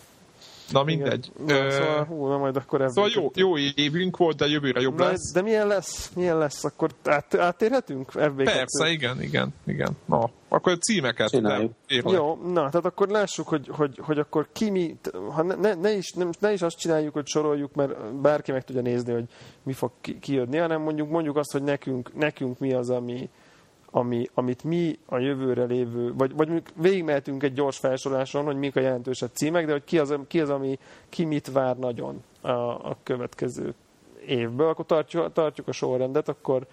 Na mindegy. Na, uh, szóval, hú, na majd akkor szóval jó, jó évünk volt, de jövőre jobb na, lesz. De milyen lesz? Milyen lesz? Akkor át, áttérhetünk? ef bé kettő? Persze, igen, igen, igen. Na, akkor a címeket nem érlek. Jó, na, tehát akkor lássuk, hogy, hogy, hogy akkor ki mi, ha ne, ne, ne, is, nem, ne is azt csináljuk, hogy soroljuk, mert bárki meg tudja nézni, hogy mi fog ki, kijönni, hanem mondjuk, mondjuk azt, hogy nekünk, nekünk mi az, ami, ami, amit mi a jövőre lévő, vagy, vagy mondjuk végigmehetünk egy gyors felsoroláson, hogy mik a jelentősebb címek, de hogy ki az, ki az ami ki mit vár nagyon a, a következő évből, akkor tartjuk, tartjuk a sorrendet, akkor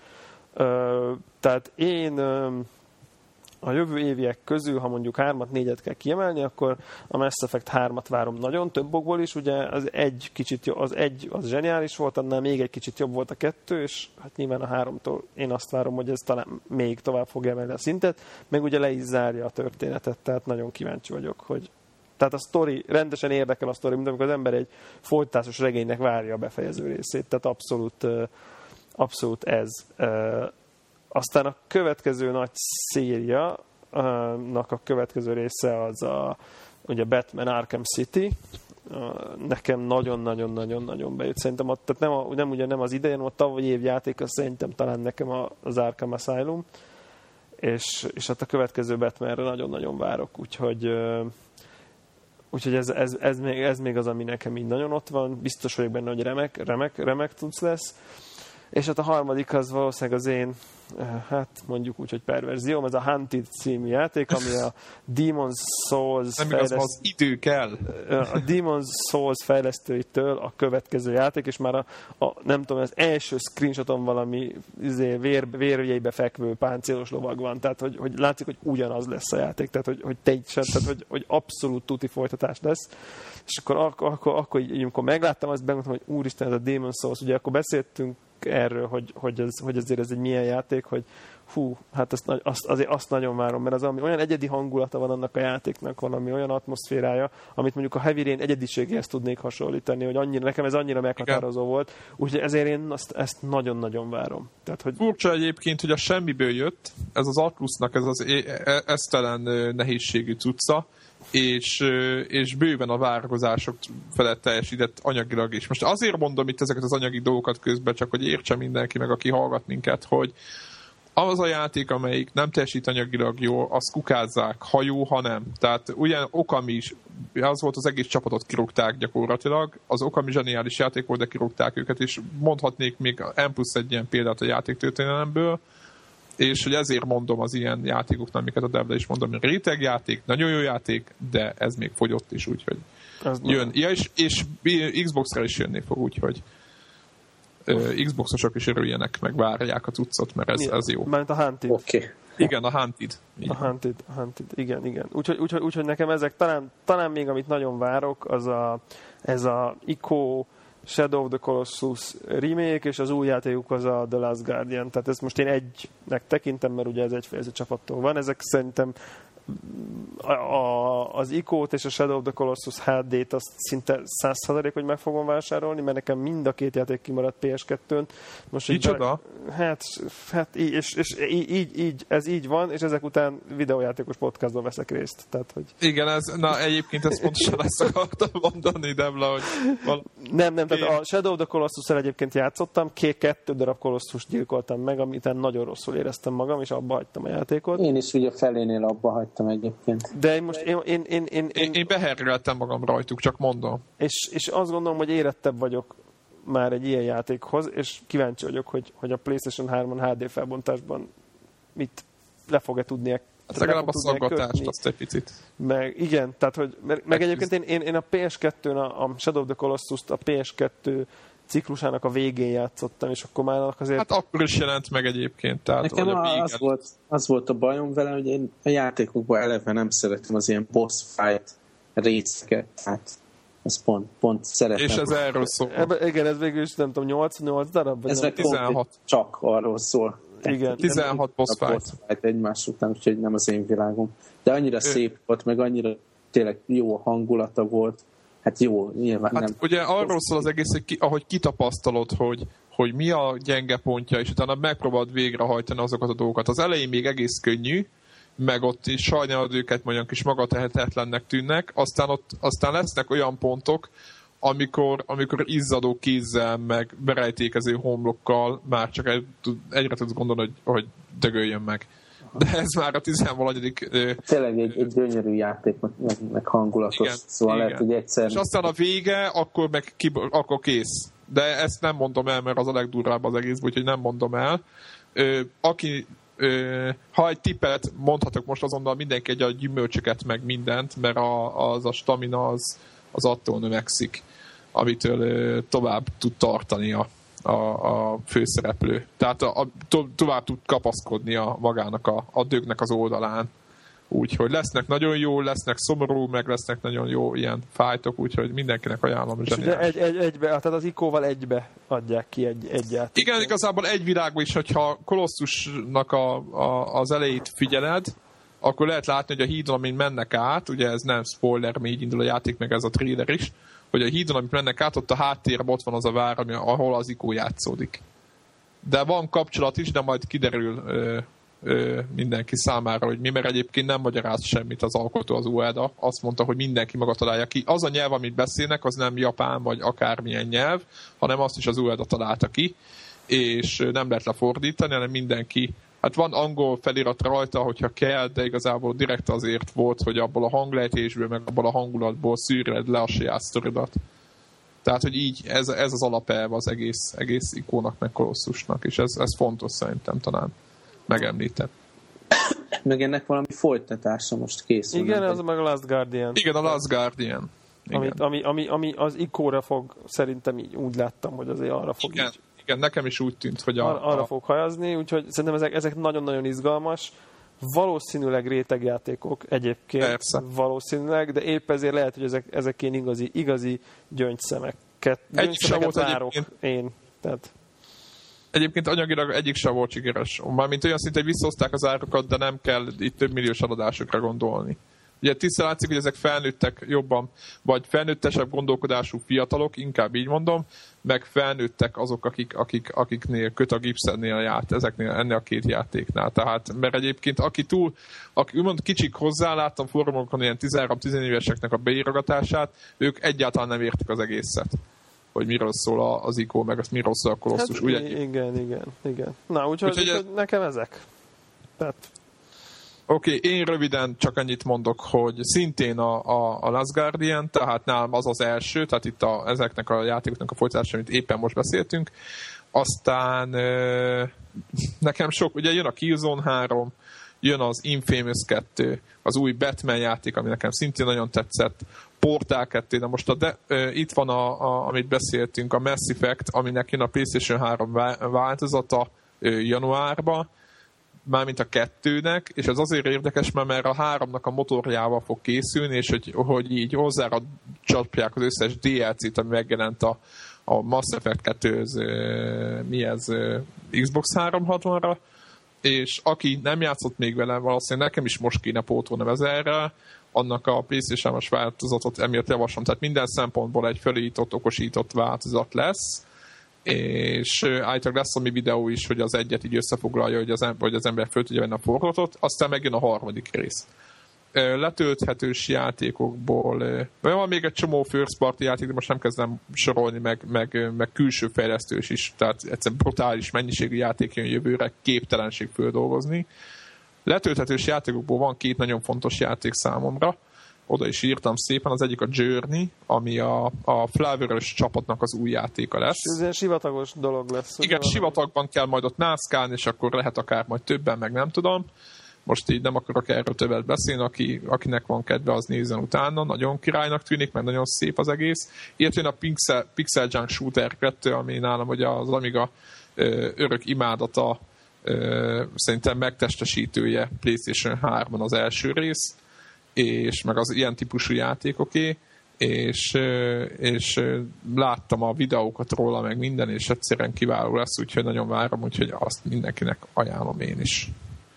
ö, tehát én ö, a jövő éviek közül, ha mondjuk hármat, négyet kell kiemelni, akkor a Mass Effect hármat várom nagyon, több okból is, ugye az egy kicsit jobb, az egy az zseniális volt, annál még egy kicsit jobb volt a kettő, és hát nyilván a háromtól én azt várom, hogy ez talán még tovább fogja emelni a szintet, meg ugye le is zárja a történetet, tehát nagyon kíváncsi vagyok, hogy tehát a sztori, rendesen érdekel a sztori, mint amikor az ember egy folytatásos regénynek várja a befejező részét, tehát abszolút, abszolút ez. Aztán a következő nagy szériának a következő része az a ugye Batman Arkham City. Nekem nagyon-nagyon-nagyon-nagyon bejött. Szerintem ott, tehát nem, a, nem, ugye nem az idején, ott tavaly év játék, az szerintem talán nekem az Arkham Asylum. És, és hát a következő Batmanre nagyon-nagyon várok. Úgyhogy, úgyhogy ez, ez, ez, még, ez még az, ami nekem így nagyon ott van. Biztos vagyok benne, hogy remek, remek, remek tudsz lesz. És hát a harmadik az valószínűleg az én hát mondjuk úgy, hogy perverzióm, ez a Hunted című játék, ami a Demon's Souls nem igaz, fejleszt... az idő kell. A Demon's Souls fejlesztőitől a következő játék, és már a, a nem tudom, az első screenshoton valami izé, vér, vérjeibe fekvő páncélos lovag van, tehát hogy, hogy látszik, hogy ugyanaz lesz a játék, tehát hogy, hogy teljesen, tehát hogy, hogy abszolút tuti folytatás lesz. És akkor, akkor, akkor, akkor így, amikor megláttam, azt begondoltam, hogy úristen, ez a Demon's Souls, ugye akkor beszéltünk erről, hogy, hogy, ez, hogy azért ez egy milyen játék, hogy hú, hát azt, azt, azért azt nagyon várom, mert az ami olyan egyedi hangulata van annak a játéknak, valami olyan atmoszférája, amit mondjuk a Heavy Rain egyediségéhez tudnék hasonlítani, hogy annyira, nekem ez annyira meghatározó Igen. volt, úgyhogy ezért én azt, ezt nagyon-nagyon várom. Tehát, hogy... Furcsa egyébként, hogy a semmiből jött, ez az Atlusnak ez az esztelen nehézségű cucca, és, és bőven a várakozások felett teljesített anyagilag is. Most azért mondom itt ezeket az anyagi dolgokat közben, csak hogy értse mindenki meg, aki hallgat minket, hogy az a játék, amelyik nem teljesít anyagilag jól, azt kukázzák, ha jó, ha nem. Tehát ugyan Okami is, az volt, az egész csapatot kirúgták gyakorlatilag, az Okami zseniális játék volt, de kirúgták őket, és mondhatnék még M plusz egy ilyen példát a játéktörténelemből, és hogy ezért mondom az ilyen játékoknak, amiket a Devle is mondom, hogy réteg játék, nagyon jó játék, de ez még fogyott is, úgyhogy ez jön. Ja, és, és Xbox-ra is jönni fog, úgyhogy uh, Xbox-osok is örüljenek, meg várják a cuccot, mert ez, ez jó. Mert a Hunted. Okay. Igen, a Hunted. A Hunted, a Hunted, igen, igen. Úgyhogy, úgyhogy, úgyhogy nekem ezek, talán, talán még amit nagyon várok, az a, ez a Ico Shadow of the Colossus remake, és az új játékuk az a The Last Guardian. Tehát ezt most én egynek tekintem, mert ugye ez egy fejező csapattól van. Ezek szerintem a, a, az Ico-t és a Shadow of the Colossus há dét azt szinte száz százalék, hogy meg fogom vásárolni, mert nekem mind a két játék kimaradt pé es kettőn. Most így csoda? Hát, hát így, és, és így, így, ez így van, és ezek után videójátékos podcastban veszek részt. Tehát, hogy... Igen, ez, na egyébként ezt pontosan ezt akartam mondani, Devla, hogy... Val... Nem, nem, tehát a Shadow of the Colossus-el egyébként játszottam, két kettő darab Colossus gyilkoltam meg, amit nagyon rosszul éreztem magam, és abba hagytam a játékot. Én is ugye felénél abba hagytam egyébként. De én most én, én, én, én, én, én beherreltem magam rajtuk, csak mondom. És, és azt gondolom, hogy érettebb vagyok már egy ilyen játékhoz, és kíváncsi vagyok, hogy, hogy a PlayStation hármon há dé felbontásban mit le fog-e tudni. Hát legalább a szaggatást azt egy picit. Meg, igen, tehát hogy, meg, meg egyébként én, én, én a pé es kettőn a, a Shadow of the Colossus-t a pé es kettő ciklusának a végén játszottam, és akkor már azért... Hát akkor is jelent meg egyébként. Tehát, nekem a a, az, volt, az volt a bajom vele, hogy én a játékokban eleve nem szeretem az ilyen boss fight részeket. Hát ez pont, pont szeretem. És ez erről szól. Ebbe, igen, ez végül is nem tudom, nyolc darab? Ez meg tizenhat. Csak arról szól. Igen. tizenhat boss fight. boss fight egymás után, úgyhogy nem az én világom. De annyira ő... szép volt, meg annyira tényleg jó hangulata volt. Hát jó, nyilván hát nem. Ugye arról szól az egész, hogy ki, ahogy kitapasztalod, hogy, hogy mi a gyenge pontja, és utána megpróbálod végrehajtani azokat a dolgokat. Az elején még egész könnyű, meg ott is sajnálod őket, mondjuk kis magatehetetlennek tűnnek, aztán ott aztán lesznek olyan pontok, amikor, amikor izzadó kézzel, meg berejtékező homlokkal már csak egy, egyre tudsz gondolni, hogy, hogy dögöljön meg. De ez már a tizenvaladik Tényleg egy, egy gyönyörű játék, meg, meg hangulatos. Igen, szóval igen. Lehet, hogy egyszer... És aztán a vége, akkor meg ki, akkor kész. De ezt nem mondom el, mert az a legdurvább az egész, úgyhogy nem mondom el. Ö, aki, ö, ha egy tippet mondhatok most azonnal, mindenki egy a gyümölcsöket, meg mindent, mert a, az a stamina az, az attól növekszik, amitől ö, tovább tud tartani a A, a főszereplő. Tehát a, a, to, tovább tud kapaszkodni a magának a, a dögnek az oldalán. Úgyhogy lesznek nagyon jó, lesznek szomorú, meg lesznek nagyon jó ilyen fájtok, úgyhogy mindenkinek ajánlom. És ugye egy, egy, egybe, tehát az Ico-val egybe adják ki egy, egy játékot. Igen, igazából egy világban is, hogyha Kolosszusnak a, a, az elejét figyeled, akkor lehet látni, hogy a hídon, amin mennek át, ugye ez nem spoiler, mert így indul a játék, meg ez a trailer is, hogy a hídon, amit mennek át, ott a háttérben ott van az a vár, ahol az Ico játszódik. De van kapcsolat is, de majd kiderül ö, ö, mindenki számára, hogy mi, mert egyébként nem magyaráz semmit az alkotó, az Ueda. Azt mondta, hogy mindenki maga találja ki. Az a nyelv, amit beszélnek, az nem japán, vagy akármilyen nyelv, hanem azt is az Ueda találta ki, és nem lehet lefordítani, hanem mindenki. Hát van angol felirat rajta, hogyha kell, de igazából direkt azért volt, hogy abból a hanglejtésből, meg abból a hangulatból szűrjed le a saját sztoridat. Tehát, hogy így ez, ez az alapelv az egész, egész Ikónak, meg Kolosszusnak, és ez, ez fontos szerintem talán. megemlített. Meg ennek valami folytatása most készül. Igen, az meg a Last Guardian. Igen, a Last Guardian. Amit, ami, ami, ami az ikóra fog, szerintem így úgy láttam, hogy azért arra fog igen, így, igen, nekem is úgy tűnt, hogy a, ar, arra a... fog hajazni, úgyhogy szerintem ezek, ezek nagyon-nagyon izgalmas. Valószínűleg rétegjátékok egyébként, Persze. valószínűleg, de épp ezért lehet, hogy ezek, ezek ilyen igazi, igazi gyöngyszemeket, gyöngyszemeket várok én. Tehát... Egyébként anyagilag egyik sem volt sikeres. Mármint olyan szinte, hogy visszahozták az árakat, de nem kell itt több milliós adásokra gondolni. Ugye tiszta látszik, hogy ezek felnőttek jobban, vagy felnőttesebb gondolkodású fiatalok, inkább így mondom, meg felnőttek azok, akik, akik, akiknél köt a Gibsonnél járt, ezeknél, ennél a két játéknál. Tehát, mert egyébként aki túl, aki úgymond kicsik hozzá, láttam fórumokon ilyen tizenhárom-tizennégy éveseknek a beírogatását, ők egyáltalán nem értik az egészet, hogy miről szól az ikó, meg az miről szól a Kolosszus. Hát, ugye? igen, igen, igen. Na, úgyhogy, úgyhogy úgyhogy nekem ezek. Tehát... Oké, okay, én röviden csak annyit mondok, hogy szintén a, a, a Last Guardian, tehát nálam az az első, tehát itt a, ezeknek a játékoknak a folytatása, amit éppen most beszéltünk. Aztán ö, nekem sok, ugye jön a Killzone három, jön az Infamous kettő, az új Batman játék, ami nekem szintén nagyon tetszett, Portal kettő, de most a de, ö, itt van, a, a, amit beszéltünk, a Mass Effect, aminek jön a PlayStation három változata ö, januárban, mármint a kettőnek, és ez azért érdekes, mert a háromnak a motorjával fog készülni, és hogy, hogy így hozzára csapják az összes dé el cét, ami megjelent a, a Mass Effect kettőhöz, mi ez, Xbox háromszázhatvanra, és aki nem játszott még vele, valószínűleg nekem is most kéne pótolni ezerre, annak a PlayStation-os változatot emiatt javaslom. Tehát minden szempontból egy felújított, okosított változat lesz, és állítólag lesz a mi videó is, hogy az egyet így összefoglalja, hogy az, ember, hogy az ember föl tudja venni a fordulatot, aztán megjön a harmadik rész. Letölthetős játékokból, van még egy csomó first party játék, de most nem kezdem sorolni, meg, meg, meg külső fejlesztős is, tehát egyszerűen brutális mennyiségű játék jön jövőre, képtelenség földolgozni. Letölthetős játékokból van két nagyon fontos játék számomra, oda is írtam szépen, az egyik a Journey, ami a, a Flavorös csapatnak az új játéka lesz. Ez ilyen sivatagos dolog lesz. Igen, sivatagban kell majd ott nászkálni, és akkor lehet akár majd többen, meg nem tudom. Most így nem akarok erről többet beszélni, aki, akinek van kedve, az nézzen utána. Nagyon királynak tűnik, mert nagyon szép az egész. Ilyet a Pixel, Pixel Junk Shooter kettő, ami nálam hogy az Amiga ö, örök imádata, ö, szerintem megtestesítője PlayStation háromon az első rész, és meg az ilyen típusú játékoké, és, és láttam a videókat róla, meg minden, és egyszerűen kiváló lesz, úgyhogy nagyon várom, úgyhogy azt mindenkinek ajánlom én is.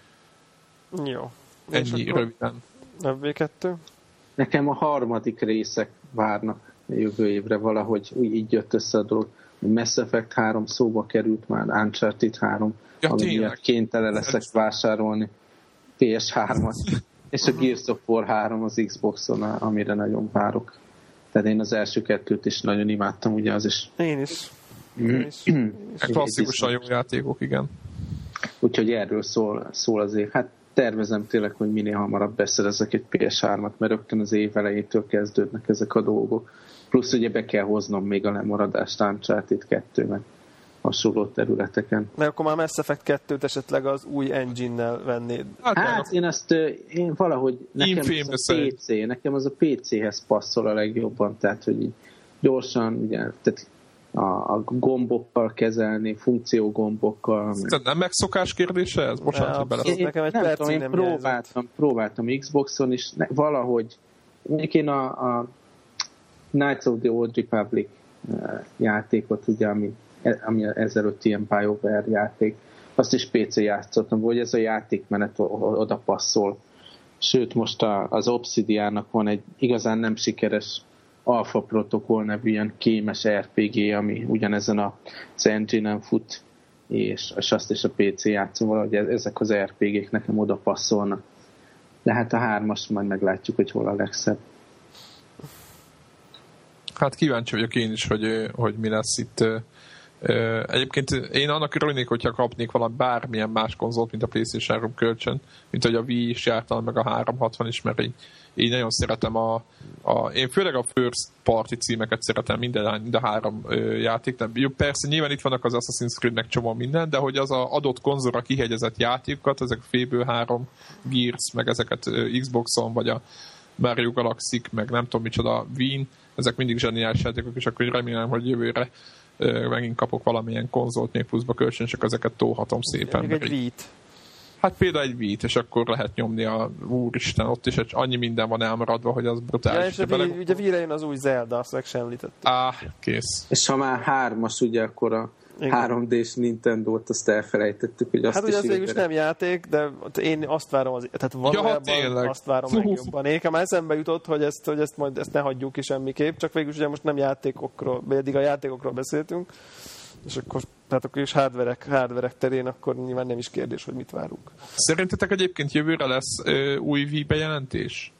Jó. Ennyi röviden. ef bé kettő? Nekem a harmadik részek várnak jövő évre valahogy, úgy így jött össze a dolog. Mass Effect három szóba került már, Uncharted három, ja, ami miatt kénytelen leszek vásárolni pé es hármat. És a Gears of War három az Xboxon, amire nagyon várok. Tehát én az első kettőt is nagyon imádtam, ugye az is. Én is. Én is. Én is. Klasszikusan jó játékok, igen. Úgyhogy erről szól, szól az év. Hát tervezem tényleg, hogy minél hamarabb beszerezek egy pé es hármat, mert rögtön az év elejétől kezdődnek ezek a dolgok. Plusz ugye be kell hoznom még a lemaradást Uncharted kettő, meg hasonló területeken. Mert akkor már Mass Effect kettőt esetleg az új engine-nel vennéd. Hát, hát én azt, én valahogy nekem az a pé cé, nekem az a pé céhez passzol a legjobban, tehát hogy így gyorsan, ugye, tehát a, a gombokkal kezelni, funkciógombokkal. Tehát nem megszokás kérdése ez? Bocsánat, hogy bele. Én, nekem egy nem percig tudom, nem én próbáltam, próbáltam Xboxon is, ne, valahogy, mondjuk én a, a Knights of the Old Republic játékot, ugye, ami ami ezelőtti Empire Over játék, azt is pé cé játszottam, hogy ez a játékmenet oda passzol. Sőt, most az Obsidiannak van egy igazán nem sikeres Alpha Protocol nevű ilyen kémes er pé gé, ami ugyanezen az engine-en fut, és, és azt is a pé cé játszom, valahogy ezek az er pé gék nekem oda passzolnak. De hát a hármas majd meglátjuk, hogy hol a legszebb. Hát kíváncsi vagyok én is, hogy, hogy mi lesz itt Egyébként én annak örülnék, hogyha kapnék valami bármilyen más konzolt, mint a PlayStation három kölcsön, mint hogy a Wii is jártam, meg a háromszázhatvan is, mert így, így nagyon szeretem a, a... Én főleg a first party címeket szeretem, minden, mind a három ö, játék. Nem, jó, persze nyilván itt vannak az Assassin's Creed meg csomó minden, de hogy az a adott konzolra kihegyezett játékokat, ezek Fable három, Gears, meg ezeket ö, Xboxon, vagy a Mario Galaxy, meg nem tudom micsoda, Wii, ezek mindig zseniális játékok, és akkor remélem, hogy jövőre megint kapok valamilyen konzolt még pluszba kölcsön, csak ezeket tolhatom szépen. Még egy Wii-t. Hát például egy Wii-t, és akkor lehet nyomni a úristen, ott is egy, annyi minden van elmaradva, hogy az brutális. Ja, és a Wii, bele... ugye Wii-re jön az új Zelda, azt meg sem említettem. Á, kész. És ha már hármas, ugye akkor a igen. három dés Nintendo-t azt elfelejtettük, hogy azt hát is... Hát ugye az végül nem játék, de én azt várom, az, tehát valójában ja, azt várom meg jobban. Én már eszembe jutott, hogy ezt, hogy ezt majd ezt ne hagyjuk ki semmiképp, csak végül ugye most nem játékokról, vagy eddig a játékokról beszéltünk, és akkor, tehát akkor is hardverek, hardverek terén, akkor nyilván nem is kérdés, hogy mit várunk. Szerintetek egyébként jövőre lesz ö, új Wii bejelentés?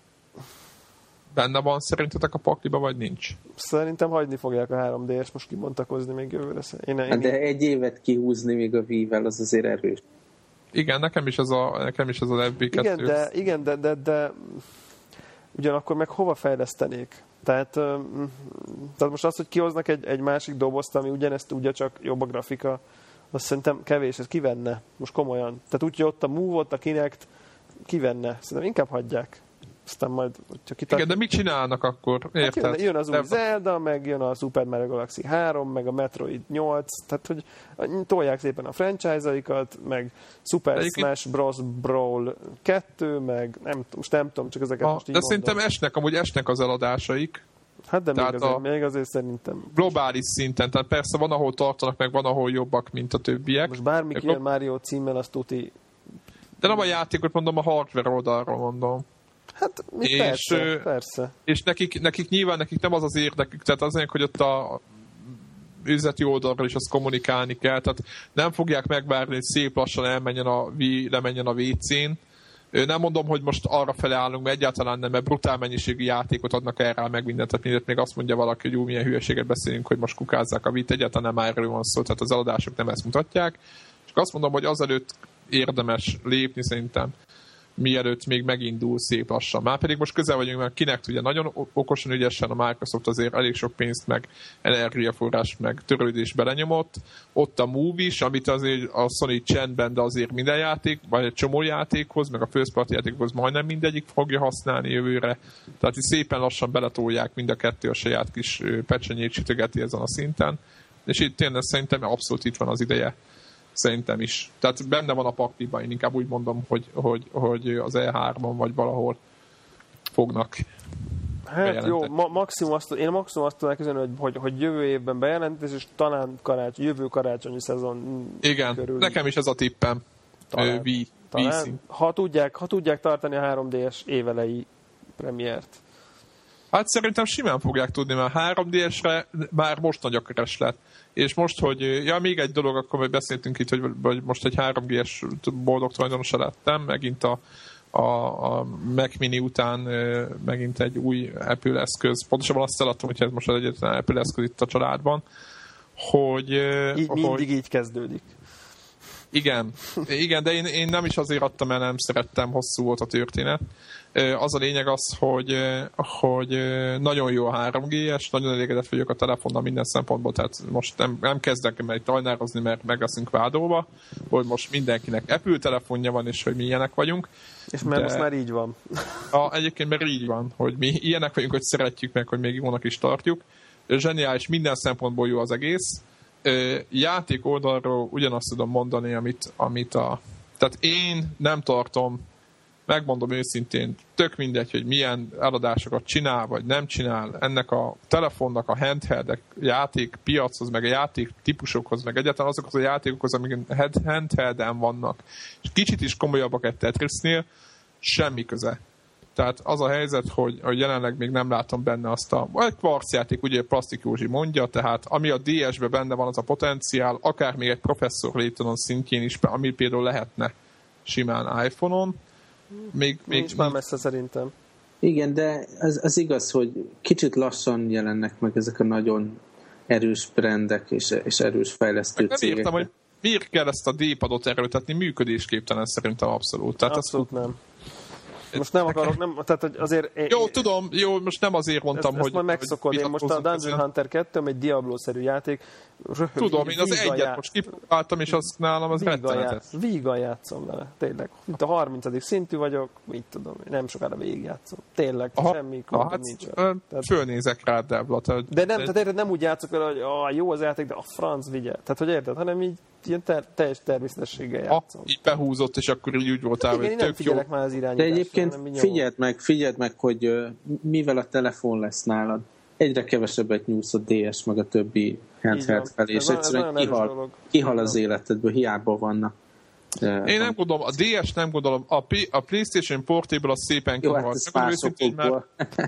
Benne van szerintetek a pakliba, vagy nincs? Szerintem hagyni fogják a három dé-es most kibontakozni még jövőre. Én, én de egy évet kihúzni még a Wii-vel, az azért erős. Igen, nekem is az a, nekem is az, az ef bé kettő. Igen, de, igen de, de, de ugyanakkor meg hova fejlesztenék? Tehát, tehát most az, hogy kihoznak egy, egy másik dobozt, ami ugyanezt tudja, csak jobb a grafika, azt szerintem kevés, ez kivenne. Most komolyan. Tehát úgy, hogy ott a Move, ott a Kinect kivenne. Szerintem inkább hagyják. Aztán majd, hogyha kitart... Igen, de mit csinálnak akkor? Érted? Hát jön, jön az új de... Zelda, meg jön a Super Mario Galaxy három, meg a Metroid nyolc, tehát hogy tolják szépen a franchise-aikat, meg Super Egyébként... Smash Bros. Brawl kettő, meg nem, most nem tudom, csak ezeket a, most így de mondom. Szerintem esnek, amúgy esnek az eladásaik. Hát de még azért, a... még azért szerintem... Globális szinten, tehát persze van, ahol tartanak, meg van, ahol jobbak, mint a többiek. Most bármi Glo... ilyen Mario címmel, azt tuti... De nem a játékot mondom, a hardware oldalról mondom. Hát mi és, persze, persze. És nekik, nekik nyilván nekik nem az az érdekük, tehát azért, hogy ott a üzleti oldalról is azt kommunikálni kell, tehát nem fogják megvárni, hogy szép lassan elmenjen a Wii, lemenjen a vé cén. Nem mondom, hogy most arra fele állunk, mert egyáltalán nem, mert brutál mennyiségű játékot adnak erre meg mindent, tehát mindent még azt mondja valaki, hogy jó, milyen hülyeséget beszélünk, hogy most kukázzák a Wii-t, egyáltalán nem erről van szó, tehát az eladások nem ezt mutatják. És azt mondom, hogy azelőtt érdemes lépni szerintem, mielőtt még megindul szép lassan. Már pedig most közel vagyunk, mert Kinect ugye nagyon okosan, ügyesen a Microsoft azért elég sok pénzt, meg energiaforrás, meg törődés belenyomott. Ott a Move is, amit azért a Sony csendben, de azért minden játék, vagy egy csomó játékhoz, meg a first party játékhoz majdnem mindegyik fogja használni jövőre. Tehát így szépen lassan beletolják mind a kettő a saját kis pecsenyét, sütögeti ezen a szinten. És itt tényleg szerintem abszolút itt van az ideje. Szerintem is. Tehát benne van a pakliban, én inkább úgy mondom, hogy, hogy, hogy az E háromon vagy valahol fognak Hát jó, ma, maximum azt, én maximum azt tudom elkezdeni, hogy, hogy, hogy jövő évben bejelentés, és talán karácsony, jövő karácsonyi szezon igen, körül. Nekem is ez a tippem. Talán, Ö, Wii, talán. Wii ha, tudják, ha tudják tartani a három dé-es évelei premiért. Hát szerintem simán fogják tudni, mert három dé-esre már most nagy a kereslet. És most, hogy... Ja, még egy dolog, akkor majd beszéltünk itt, hogy, hogy most egy három dé-es boldog tulajdonosa lettem, megint a, a, a Mac Mini után megint egy új Apple eszköz. Pontosabban azt eladtam, hogy ez most az egyetlen Apple eszköz itt a családban, hogy... Így, hogy mindig így kezdődik. Igen, igen, de én, én nem is azért adtam el, nem szerettem, hosszú volt a történet. Az a lényeg az, hogy, hogy nagyon jó a három dé-es, nagyon elégedett vagyok a telefonnal minden szempontból, tehát most nem, nem kezdek meg tajnározni, mert meg leszünk vádolva, hogy most mindenkinek Apple telefonja van, és hogy mi ilyenek vagyunk. És mert de... most már így van. A, egyébként mert így van, hogy mi ilyenek vagyunk, hogy szeretjük meg, hogy még jónak is tartjuk. Zseniális, minden szempontból jó az egész. Játék oldalról ugyanazt tudom mondani, amit, amit a... Tehát én nem tartom, megmondom őszintén, tök mindegy, hogy milyen eladásokat csinál, vagy nem csinál, ennek a telefonnak a handheld játékpiachoz, meg a játék típusokhoz, meg egyáltalán azokhoz a játékokhoz, amik handhelden vannak, és kicsit is komolyabbak egy Tetrisnél, semmi köze. Tehát az a helyzet, hogy, hogy jelenleg még nem látom benne azt a... Egy kvarcjáték, ugye Plastik Józsi mondja, tehát ami a dé es-ben benne van az a potenciál, akár még egy Professor Laytonon szintjén is, ami például lehetne simán iPhone-on. Még, még, Nincs már messze szerintem. Igen, de az, az igaz, hogy kicsit lassan jelennek meg ezek a nagyon erős brandek és, és erős fejlesztő nem cégek. értem, hogy miért kell ezt a D-padot erőltetni, működésképtelen szerintem abszolút. Tehát abszolút ez... nem. Most nem akarok, nem, tehát hogy azért... Én, jó, tudom, jó, most nem azért mondtam, ezt, hogy... Ezt majd megszokod, én most a Dungeon ezen. Hunter kettő, egy Diablo-szerű játék. Tudom, én az egyet já... most kipróbáltam, és azt nálam az rettenetes. Vígan játszom vele, tényleg. Mint a harmincadik szintű vagyok, mit tudom, nem sokára végigjátszom. Tényleg, aha, semmi klubban hát, nincs. Tehát... Fölnézek rád, Debla. Tehát... De nem, tehát érted, nem úgy játszok vele, hogy ah, jó az játék, de a franc vigye. Tehát, hogy érted, hanem így ilyen ter- teljes természetességgel játszom. Ha, így behúzott, és akkor így úgy voltál, hogy tök jó. Már az de egyébként figyeld meg, figyeld meg, hogy uh, mivel a telefon lesz nálad, egyre kevesebbet nyúlsz a dé es meg a többi handheld felé, és egyszerűen kihal, kihal az életedből, hiába vannak. Uh, Én nem gondolom, a dé es nem gondolom, a, P- a PlayStation Portable az szépen kihal. Hát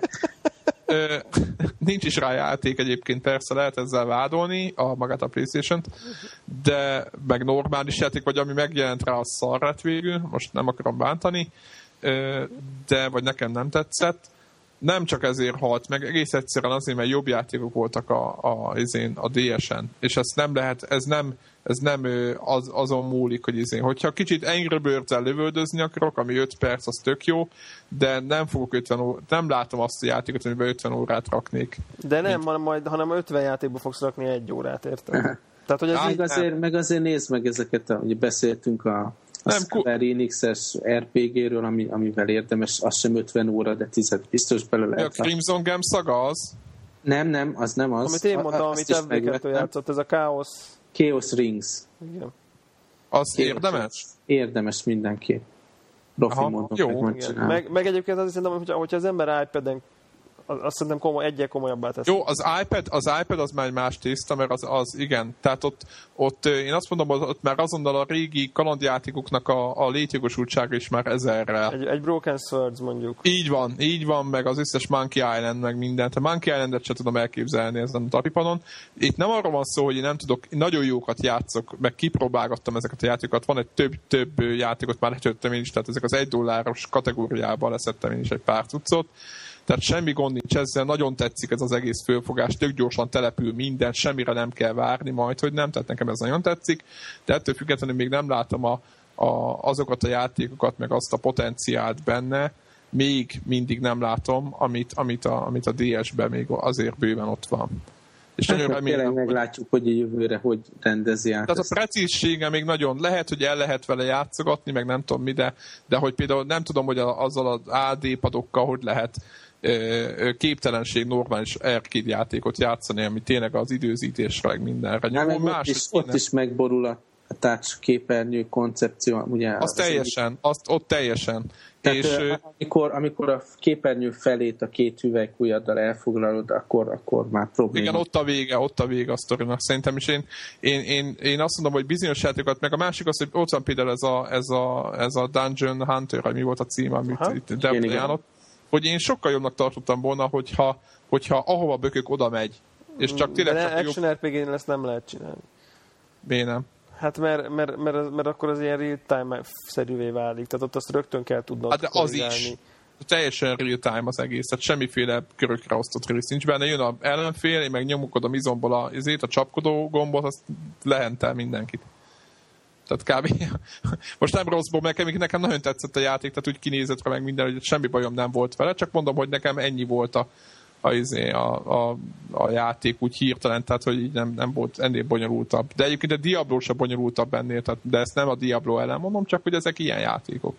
nincs is rá játék egyébként, persze lehet ezzel vádolni a magát a PlayStation-t, de meg normális játék, vagy ami megjelent rá, a szar lett végül, most nem akarom bántani, de vagy nekem nem tetszett. Nem csak ezért halt meg, egész egyszerűen azért, mert jobb játékok voltak a, a, a dé esen, és ezt nem lehet, ez nem, ez nem az, azon múlik, hogy izén. Hogyha kicsit Angry Birds-el lövöldözni akarok, ami öt perc, az tök jó, de nem fogok ötven órát, nem látom azt a játékot, amiben ötven órát raknék. De nem, hanem, majd, hanem ötven játékba fogsz rakni egy órát, érted? Tehát, hogy ez meg, azért, meg azért nézd meg ezeket, a, ugye beszéltünk a a Square Enix-es er pé gé-ről, ami, amivel érdemes, az sem ötven óra, de tíz biztos belőle lehet. A Crimson Gem szaga az? Nem, nem, az nem az. Amit én mondtam, a, amit ef bé kettő játszott, ez a Chaos... Chaos Rings. Igen. Az Chaos érdemes? Érdemes mindenki. Profi mondom, jó. Meg, meg, meg egyébként az szerintem, hogyha, hogyha az ember iPad-en azt szerintem komoly, egyel komolyabbá tesz. Jó, az iPad, az iPad az már egy más tészta, mert az, az igen. Tehát ott, ott én azt mondom, hogy ott már azonnal a régi kalandjátékoknak a, a létjogosultsága is már ezerrel. Egy, egy Broken Swords mondjuk. Így van, így van, meg az összes Monkey Island, meg mindent. A Monkey Islandet sem tudom elképzelni ezen a tapipanon. Itt nem arról van szó, hogy én nem tudok, nagyon jókat játszok, meg kipróbálgattam ezeket a játékokat. Van egy több-több játékot, már letöltöttem én is, tehát ezek az egy dolláros kategóriában leszettem én is egy pár cuccot. Tehát semmi gond nincs ezzel, nagyon tetszik ez az egész fölfogás, tök gyorsan települ minden, semmire nem kell várni majd, hogy nem, tehát nekem ez nagyon tetszik, de ettől függetlenül még nem látom a, a, azokat a játékokat, meg azt a potenciált benne, még mindig nem látom, amit, amit, a, amit a dé es-ben még azért bőven ott van. És nagyon remélem, meglátjuk, hogy a jövőre hogy rendezi át. Tehát ezt. A precízsége még nagyon lehet, hogy el lehet vele játszogatni, meg nem tudom mi, de, de hogy például nem tudom, hogy a, azzal az á dé padokkal hogy lehet képtelenség normális arcade játékot játszani, ami tényleg az időzítésre, meg mindenre nyomul. Ott, más, is, ott is megborul a, a touch képernyő koncepció. Ugye, az, az teljesen, egy... azt, ott teljesen. Tehát, és, amikor, amikor a képernyő felét a két hüvelykujjaddal elfoglalod, akkor, akkor már probléma. Igen, ott a vége, ott a vége a sztorinak szerintem, és én, én, én, én azt mondom, hogy bizonyos játékokat, meg a másik az, hogy ott van például ez a, ez a, ez a Dungeon Hunter, vagy mi volt a cím, amit Aha, itt Debla hogy én sokkal jobbnak tartottam volna, hogyha, hogyha ahova bökök oda megy. És csak tényleg de csak action jobb... er pé gén ezt nem lehet csinálni. Miért nem? Hát mert, mert, mert, mert akkor az ilyen real-time-szerűvé válik. Tehát ott azt rögtön kell tudnod hát de az is. Teljesen real-time az egész. Tehát semmiféle körökre osztott rész nincs benne. Jön az ellenfél, én meg nyomukod a mizomból a, a csapkodó gombot, azt lehentel mindenkit. Tehát kb. Most nem rosszból, nekem, nekem nagyon tetszett a játék, tehát úgy kinézetre meg minden, hogy semmi bajom nem volt vele, csak mondom, hogy nekem ennyi volt a, a, a, a, a játék úgy hirtelen, tehát hogy így nem, nem volt ennél bonyolultabb. De egyébként a Diablo sem bonyolultabb ennél, tehát, de ezt nem a Diablo ellen mondom, csak hogy ezek ilyen játékok.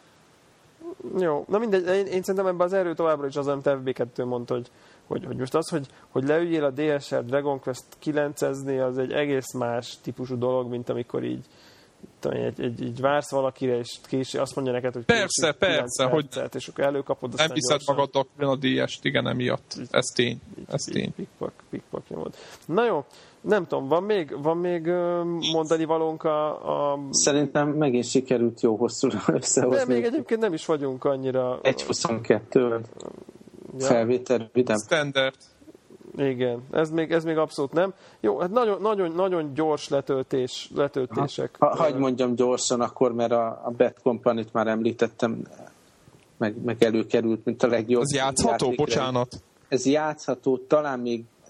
Jó, na mindegy, én, én szerintem ebben az erő továbbra is az, amit ef bé kettő mondta, hogy, hogy, hogy most az, hogy, hogy leüljél a dé es-el Dragon Quest kilencezni, az egy egész más típusú dolog, mint amikor így Egy, egy, egy vársz valakire, és késő, azt mondja neked, hogy persze, persze, hogy percet, és akkor előkapod, nem viszed magadnak a dé es-t, igen, emiatt. Ez tény. Ez így, tény. Pikpak, pikpak nyomod. Na jó, nem tudom, van még, van még mondani valónk a, a... Szerintem megint sikerült jó hosszúra összehozni. De még egyébként nem is vagyunk annyira... egy huszonkettő ja. Felvétel vidám. Standard. Igen, ez még, ez még abszolút nem. Jó, hát nagyon, nagyon, nagyon gyors letöltés, letöltések. Ha, hagy mondjam gyorsan akkor, mert a, a Bad Company-t már említettem, meg, meg előkerült, mint a legjobb. Ez játszható, játék. Bocsánat. Ez játszható, talán még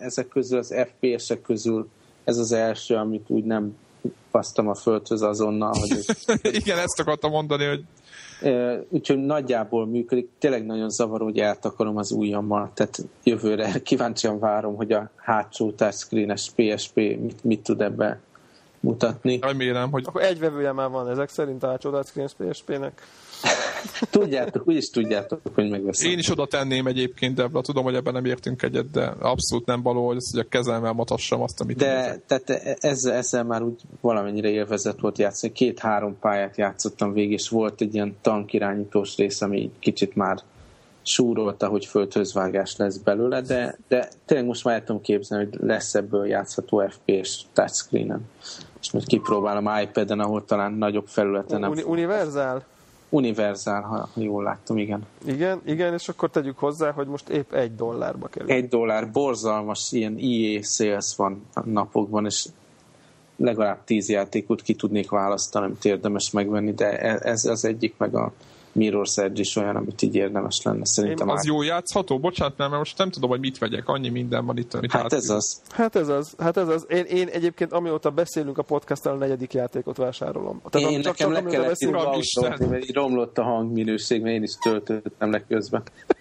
ezek közül, az ef pé es-ek közül ez az első, amit úgy nem basztam a földhöz azonnal. Hogy igen, ezt akartam mondani, hogy úgyhogy nagyjából működik. Tényleg nagyon zavaró, hogy eltakarom az ujjammal, tehát jövőre kíváncsian várom, hogy a hátsó touchscreen-es pé es pé mit, mit tud ebbe mutatni. Remélem, hogy... Akkor egy vevője már van ezek szerint a hátsó touchscreen-es pé es pé-nek. Tudjátok, úgyis tudjátok, hogy megveszem. Én is oda tenném egyébként, de tudom, hogy ebben nem értünk egyet, de abszolút nem való, hogy, hogy a kezemmel mutassam azt, amit... De tehát ezzel, ezzel már úgy valamennyire élvezett volt játszani. Két-három pályát játszottam végig, és volt egy ilyen tankirányítós rész, ami kicsit már súrolta, hogy földhözvágás lesz belőle, de, de tényleg most már el tudom képzelni, hogy lesz ebből játszható ef pé es touchscreen-en. És majd kipróbálom iPad-en, ahol talán nagyobb felületen nem... Uni- univerzál? Univerzál, ha jól láttam, igen. Igen, igen, és akkor tegyük hozzá, hogy most épp egy dollárba kerül. Egy dollár, borzalmas ilyen i á sales van a napokban, és legalább tíz játékot ki tudnék választani, amit érdemes megvenni, de ez az egyik, meg a Mirror's Edge is olyan, amit így érdemes lenne. Szerintem az jó játszható? Bocsánat, mert most nem tudom, hogy mit vegyek. Annyi minden van itt, amit Hát látszik. ez az. Hát ez az. Hát ez az. Én, én egyébként, amióta beszélünk a podcasttal, a negyedik játékot vásárolom. Tehát én csak, nekem csak, le kellett írni, mert így romlott a hangminőség, mert én is töltöttem le közben.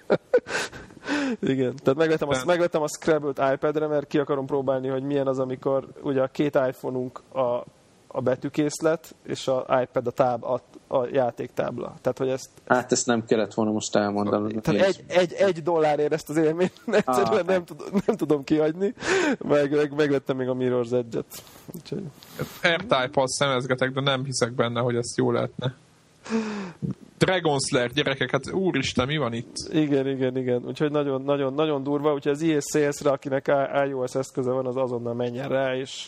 Igen, tehát megvettem a, megvettem a Scrabble-t iPad-re, mert ki akarom próbálni, hogy milyen az, amikor ugye a két iPhone-unk a, a betűkészlet, és a iPad a, táb, a, a játéktábla. Tehát, hogy ezt... Hát ezt nem kellett volna most elmondanom. Tehát egy, egy, egy dollárért ezt az élményt egyszerűen ah, nem, tudom, nem tudom kihagyni, meg, meg, megvettem még a Mirror's Edge-et. Úgyhogy... R-Type-al szemezgetek, de nem hiszek benne, hogy ezt jó lehetne. Dragon Slayer, gyerekek, hát úristen, mi van itt? Igen, igen, igen. Úgyhogy nagyon, nagyon, nagyon durva. Úgyhogy az i á cé es-re, akinek iOS eszköze van, az azonnal menjen rá, és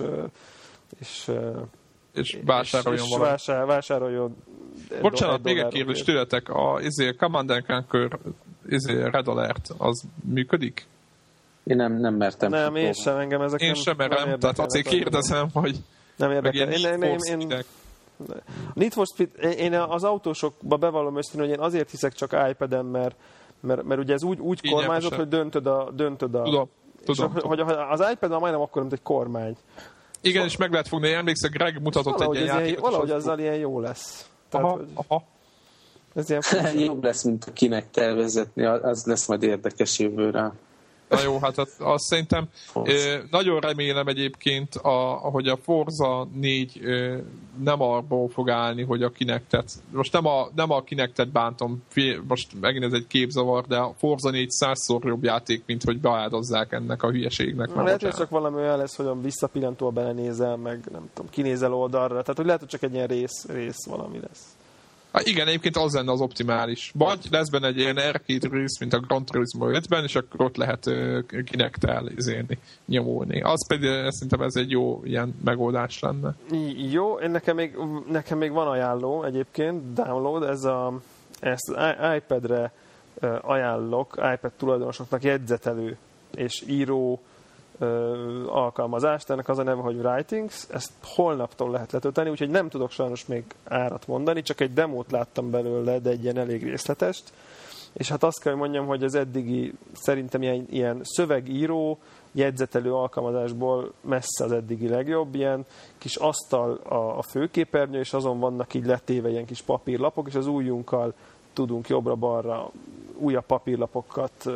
és, és vásároljon és, valamit. Vásár, vásároljon. Bocsánat, még egy kérdés tőletek. A izé, Command and Conquer izé, Red Alert, az működik? Én nem, nem mertem. Nem, én sem, engem ezek én nem sem merem, tehát azért kérdezem, hogy nem érdekel. Én, én, én, én, Need for Speed, én az autósokba bevallom őszintén, hogy én azért hiszek csak iPad-en, mert, mert, mert ugye ez úgy, úgy kormányzott, hogy döntöd a... Döntöd a tudom, tudom. És, hogy az iPad-en majdnem akkor, mint egy kormány. Igen, szóval, és meg lehet fogni, emlékszem, Greg mutatott egy ilyen játékot. Valahogy azzal ilyen jó lesz. Tehát, aha, aha. Ez ilyen jobb lesz, mint akinek tervezetni, az lesz majd érdekes jövőre. Na jó, hát azt, azt szerintem eh, nagyon remélem egyébként, a, hogy a Forza négy eh, nem arról fog állni, hogy a Kinectet, most nem a, nem a Kinectet bántom, most megint ez egy képzavar, de a Forza négy százszor jobb játék, mint hogy beáldozzák ennek a hülyeségnek. Lehet, hogy csak valami olyan lesz, hogy a visszapillantól belenézel, meg nem tudom, kinézel oldalra, tehát hogy lehet, hogy csak egy ilyen rész, rész valami lesz. Hát igen, egyébként az lenne az optimális. Vagy lesz benne egy ilyen arcade rész, mint a Gran Turismo ötben, és akkor ott lehet uh, Kinect-tel izélni, nyomulni. Az pedig szerintem ez egy jó ilyen megoldás lenne. Jó, én nekem még, nekem még van ajánló egyébként, download, ez a, ezt az iPad-re uh, ajánlok, iPad tulajdonosoknak jegyzetelő és író uh, alkalmazást, ennek az a neve, hogy Writings, ezt holnaptól lehet letölteni, úgyhogy nem tudok sajnos még árat mondani, csak egy demót láttam belőle, de egy ilyen elég részletest, és hát azt kell, hogy mondjam, hogy az eddigi szerintem ilyen, ilyen szövegíró, jegyzetelő alkalmazásból messze az eddigi legjobb, ilyen kis asztal a, a főképernyő, és azon vannak így letéve ilyen kis papírlapok, és az ujjunkkal tudunk jobbra-balra újabb papírlapokat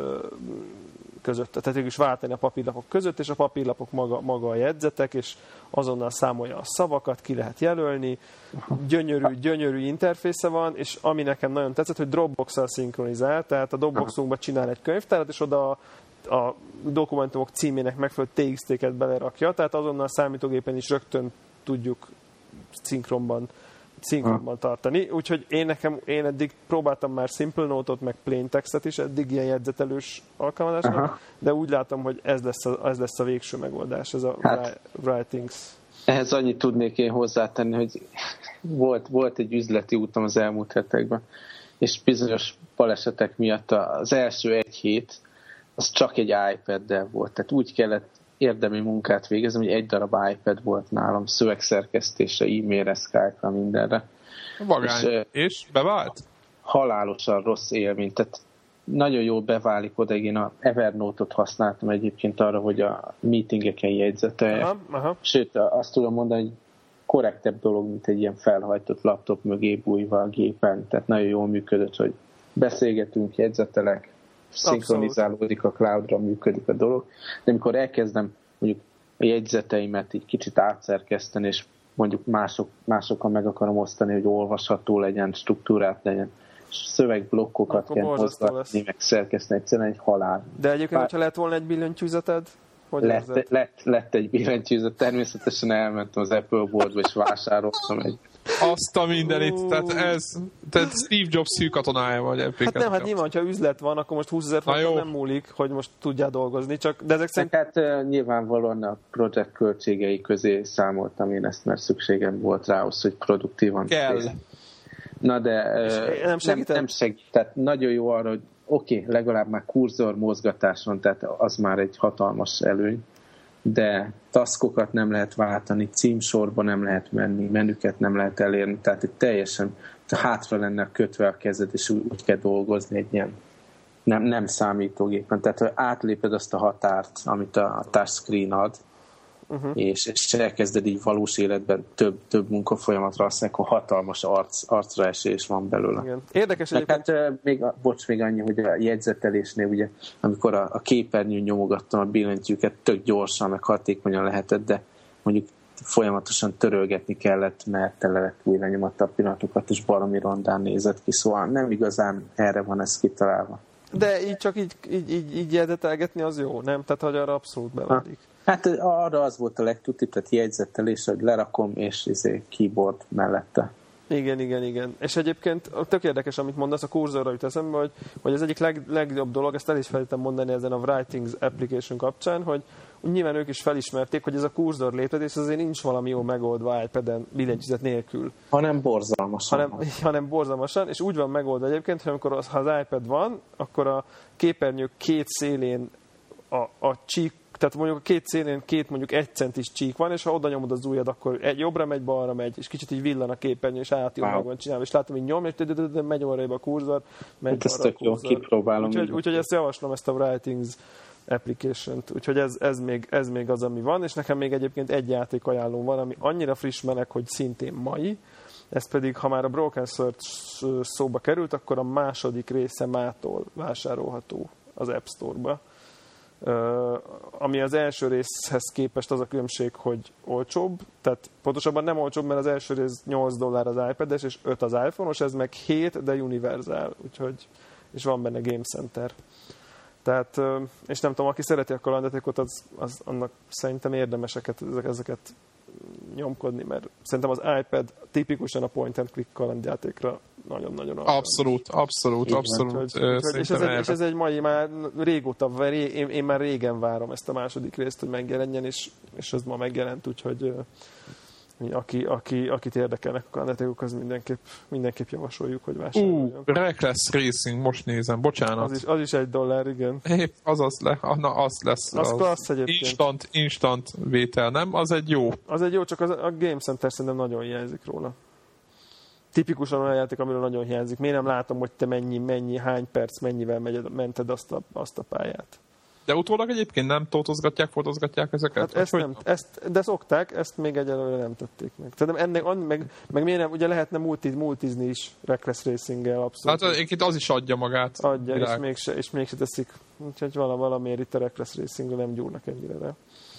között, tehát is váltani a papírlapok között, és a papírlapok maga, maga a jegyzetek, és azonnal számolja a szavakat, ki lehet jelölni. Gyönyörű, gyönyörű interfésze van, és ami nekem nagyon tetszett, hogy Dropbox-szal szinkronizál, tehát a Dropboxunkba csinál egy könyvtárat, és oda a, a dokumentumok címének megfelelő té iksz té-ket belerakja, tehát azonnal a számítógépen is rögtön tudjuk szinkronban szinkronban tartani, úgyhogy én nekem, én eddig próbáltam már Simple Note-ot, meg Plain Text-et is, eddig ilyen jegyzetelős alkalmazásnak, aha, de úgy látom, hogy ez lesz a, ez lesz a végső megoldás, ez a hát, Writings. Ehhez annyit tudnék én hozzátenni, hogy volt, volt egy üzleti útam az elmúlt hetekben, és bizonyos balesetek miatt az első egy hét az csak egy iPad-del volt, tehát úgy kellett érdemi munkát végezem, hogy egy darab iPad volt nálam, szövegszerkesztésre, e-mailre, Skype-ra, mindenre. Vagány. És, és bevált? Halálosan rossz élmény. Tehát nagyon jól beválik oda, én a Evernote-ot használtam egyébként arra, hogy a meetingeken jegyzeteljek. Aha, aha. Sőt, azt tudom mondani, hogy korrektebb dolog, mint egy ilyen felhajtott laptop mögé bújva a gépen, tehát nagyon jól működött, hogy beszélgetünk, jegyzetelek, szinkronizálódik a cloudra, működik a dolog, de amikor elkezdem mondjuk a jegyzeteimet így kicsit átszerkeszteni, és mondjuk mások, másokkal meg akarom osztani, hogy olvasható legyen, struktúrát legyen, és szövegblokkokat akkor kell mozgatni, meg szerkeszteni, egyszerűen egy halál. De egyébként, Bár... hogyha lett volna egy billentyűzeted, hogy lett, lett, lett egy billentyűzet, természetesen elmentem az Apple Boardba, és vásároltam egy. Azt a mindenit, tehát ez, tehát Steve Jobs szűk katonája vagy. Hát nem, hát nyilván, hogyha üzlet van, akkor most húszezer forint nem múlik, hogy most tudjál dolgozni, csak, de ezek szerint... Hát uh, nyilvánvalóan a projekt költségei közé számoltam én ezt, mert szükségem volt rá ahhoz, hogy produktívan... Kell. Na de uh, nem, nem, nem segít, tehát nagyon jó arra, hogy oké, okay, legalább már kurzor mozgatáson, tehát az már egy hatalmas előny, de taskokat nem lehet váltani, címsorba nem lehet menni, menüket nem lehet elérni, tehát itt teljesen hátra lenne kötve a kezed, és úgy, úgy kell dolgozni egy ilyen nem, nem számítógépen. Tehát, hogy átléped azt a határt, amit a touchscreen ad, uh-huh. és, és elkezded így valós életben több, több munkafolyamatra, azt akkor hatalmas arc, arcra esés van belőle. Igen. Érdekes egyébként. Hát, még, bocs, még annyi, hogy a jegyzetelésnél, ugye, amikor a, a képernyőn nyomogattam a billentyűket, tök gyorsan, meg hatékonyan lehetett, de mondjuk folyamatosan törölgetni kellett, mert tele lett új lenyomatta a pillanatokat, és baromi rondán nézett ki, szóval nem igazán erre van ez kitalálva. De így csak így, így, így, így jegyzetelgetni az jó, nem? Tehát, hogy arra abszolút beválik. Hát arra az volt a legtutibb, tehát jegyzetelés, hogy lerakom, és izé keyboard mellette. Igen, igen, igen. És egyébként tök érdekes, amit mondasz, a kurzorra jut eszembe, hogy, hogy az egyik leg, legjobb dolog, ezt el is felejtettem mondani ezen a Writings application kapcsán, hogy nyilván ők is felismerték, hogy ez a kurzor léptetés azért nincs valami jó megoldva iPad-en billentyűzet nélkül. Hanem borzalmasan. Hanem, hanem borzalmasan, és úgy van megoldva egyébként, hogy amikor az, ha az iPad van, akkor a képernyő két szélén a, a csík, tehát mondjuk a két szélén két mondjuk egy centis csík van, és ha oda nyomod az ujjad, akkor egy jobbra megy, balra megy, és kicsit így villan a képernyő, és át wow. meg van csinálva, és látom, hogy nyom, és megy arra a kurzor, megy arra a kurzor. Kipróbálom. Úgyhogy, úgyhogy ezt javaslom, ezt a Writings application-t, úgyhogy ez, ez, még, ez még az, ami van, és nekem még egyébként egy játék ajánlóm van, ami annyira friss meleg, hogy szintén mai, ez pedig, ha már a Broken Sword szóba került, akkor a második része mától vásárolható az App Store-ba. Uh, ami az első részhez képest az a különbség, hogy olcsóbb, tehát pontosabban nem olcsóbb, mert az első rész nyolc dollár az iPad-es, és öt az iPhone-os, ez meg hét, de univerzál, úgyhogy, és van benne Game Center. Tehát, uh, és nem tudom, aki szereti a kalandjátékot, az, az annak szerintem érdemeseket ezek, ezeket nyomkodni, mert szerintem az iPad tipikusan a point and click kalandjátékra nagyon-nagyon abszolút, abszolút, abszolút. Úgyhogy, úgyhogy, és, ez egy, és ez egy mai, már régóta, én, én már régen várom ezt a második részt, hogy megjelenjen, és, és ez ma megjelent, úgyhogy aki, aki, akit érdekelnek a kalandjátékok, az mindenképp, mindenképp javasoljuk, hogy vásároljon. Uh, Reckless Racing, most nézem, bocsánat. Az is, az is egy dollár, igen. Épp, az az, le, na, az lesz. Az, az klassz egyébként. Instant, instant vétel, nem? Az egy jó. Az egy jó, csak az, a Game Center szerintem nagyon hiányzik róla. Tipikusan olyan játék, amiről nagyon hiányzik. Miért nem látom, hogy te mennyi, mennyi, hány perc, mennyivel megy, mented azt a, azt a pályát. De utólag egyébként nem totozgatják, fotozgatják ezeket? Hát ezt nem, ezt, de szokták, ezt még egyelőre nem tették meg. Tehát ennek, meg, meg miért nem, ugye lehetne multi, multizni is Reckless Racing-gel abszolút. Hát egyébként az is adja magát. Adja, és mégse, és mégse teszik. Úgyhogy valamiért itt a Reckless Racing-vel nem gyúrnak ennyire rá.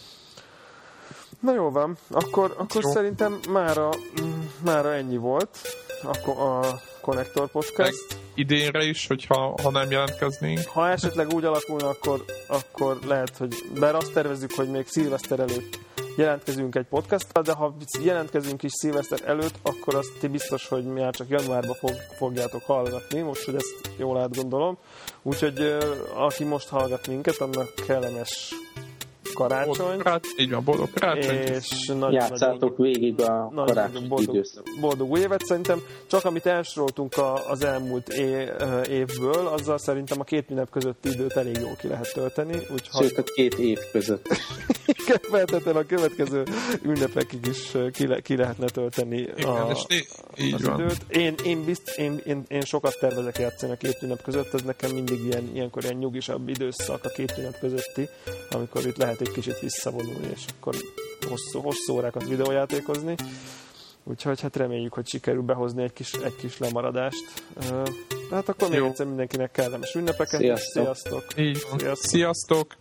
Na jó van, akkor, akkor jó. Szerintem mára, mára ennyi volt a, a Connector Podcast. Meg idénre is, hogyha ha nem jelentkeznénk. Ha esetleg úgy alakulna, akkor, akkor lehet, hogy bár azt tervezzük, hogy még szilveszter előtt jelentkezünk egy podcasttal, de ha jelentkezünk is szilveszter előtt, akkor azt ti biztos, hogy már csak januárban fog, fogjátok hallgatni, most, hogy ezt jól átgondolom. Úgyhogy aki most hallgat minket, annak kellemes karácsony. Így van, boldog karácsony. És nagyon, játszátok nagyon, végig a karácsony boldog, időszak. boldog új évet. Szerintem csak amit elsoroltunk a, az elmúlt é, évből, azzal szerintem a két ünnep közötti időt elég jól ki lehet tölteni. Úgyhogy... Sőt, a két év között. Feltétlenül a következő ünnepekig is ki, le, ki lehetne tölteni Igen, a, és né, így az van. időt. Én, én, bizt, én, én, én sokat tervezek játszani a két ünnep között, ez nekem mindig ilyen, ilyenkor ilyen nyugisabb időszak a két ünnep közötti, amikor itt lehet egy kicsit visszavonulni, és akkor hosszú, hosszú órákat videójátékozni. Úgyhogy hát reméljük, hogy sikerül behozni egy kis, egy kis lemaradást. Hát akkor még egyszer mindenkinek kellemes ünnepeket. Sziasztok! Sziasztok! Így van. Sziasztok! Sziasztok.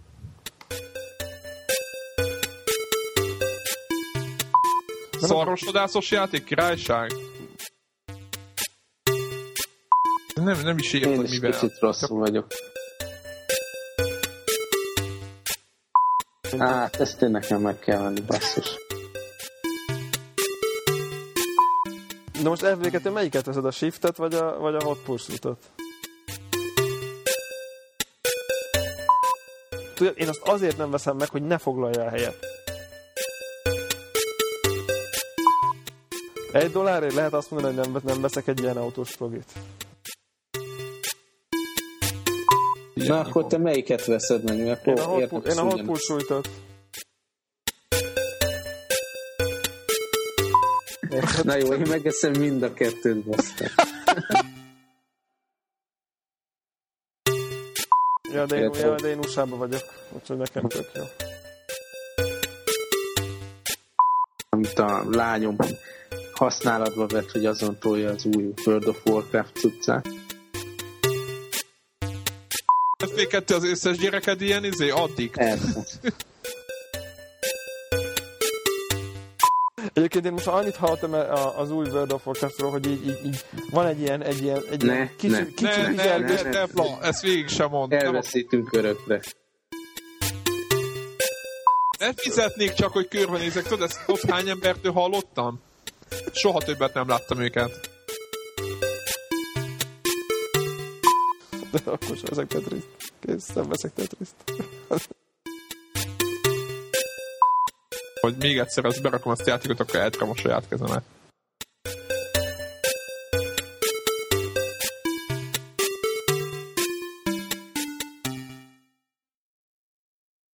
Szarvasvadászos játék, királyság? Nem, nem is értem, Én hogy is mivel. kicsit rosszul vagyok. Hát, ezt tényleg nem meg kell venni, basszus. De most F B kettő melyiket veszed, a Shiftet vagy a, vagy a Hot Pursuit-ot? Tudod, én azt azért nem veszem meg, hogy ne foglalja el helyet. Egy dollárért lehet azt mondani, hogy nem, nem veszek egy ilyen autós progit. Na, akkor te melyiket veszed meg? Mert Én a Hot, én a Hot Pursuit-ot. Na jó, én megeszem mind a kettőt, basztam. Ja, de én, ja, de én u es á-ban vagyok, úgyhogy nekem tök jó. Amit a lányom használatba vett, hogy azon tolja az új World of Warcraft cuccát. F B kettő az összes gyereked ilyen izé, addig. Persze. Egyébként én most annyit hallottam az új World of Warcraftról, hogy így, így, így van egy ilyen, egy ilyen, egy ne, ilyen kicsi, ne. kicsi Ne, ne, vizelgés. ne, ne, ne, ezt végig sem mond. Elveszítünk örökre. Nem fizetnék csak, hogy körbenézek. Tudod, ezt ott hány embertől hallottam? Soha többet nem láttam őket. De akkor sem veszek Tetriszt. Kész, nem veszek Tetriszt. Hogy még egyszer ezt berakom azt játékot, akkor eltrom a saját kezemet.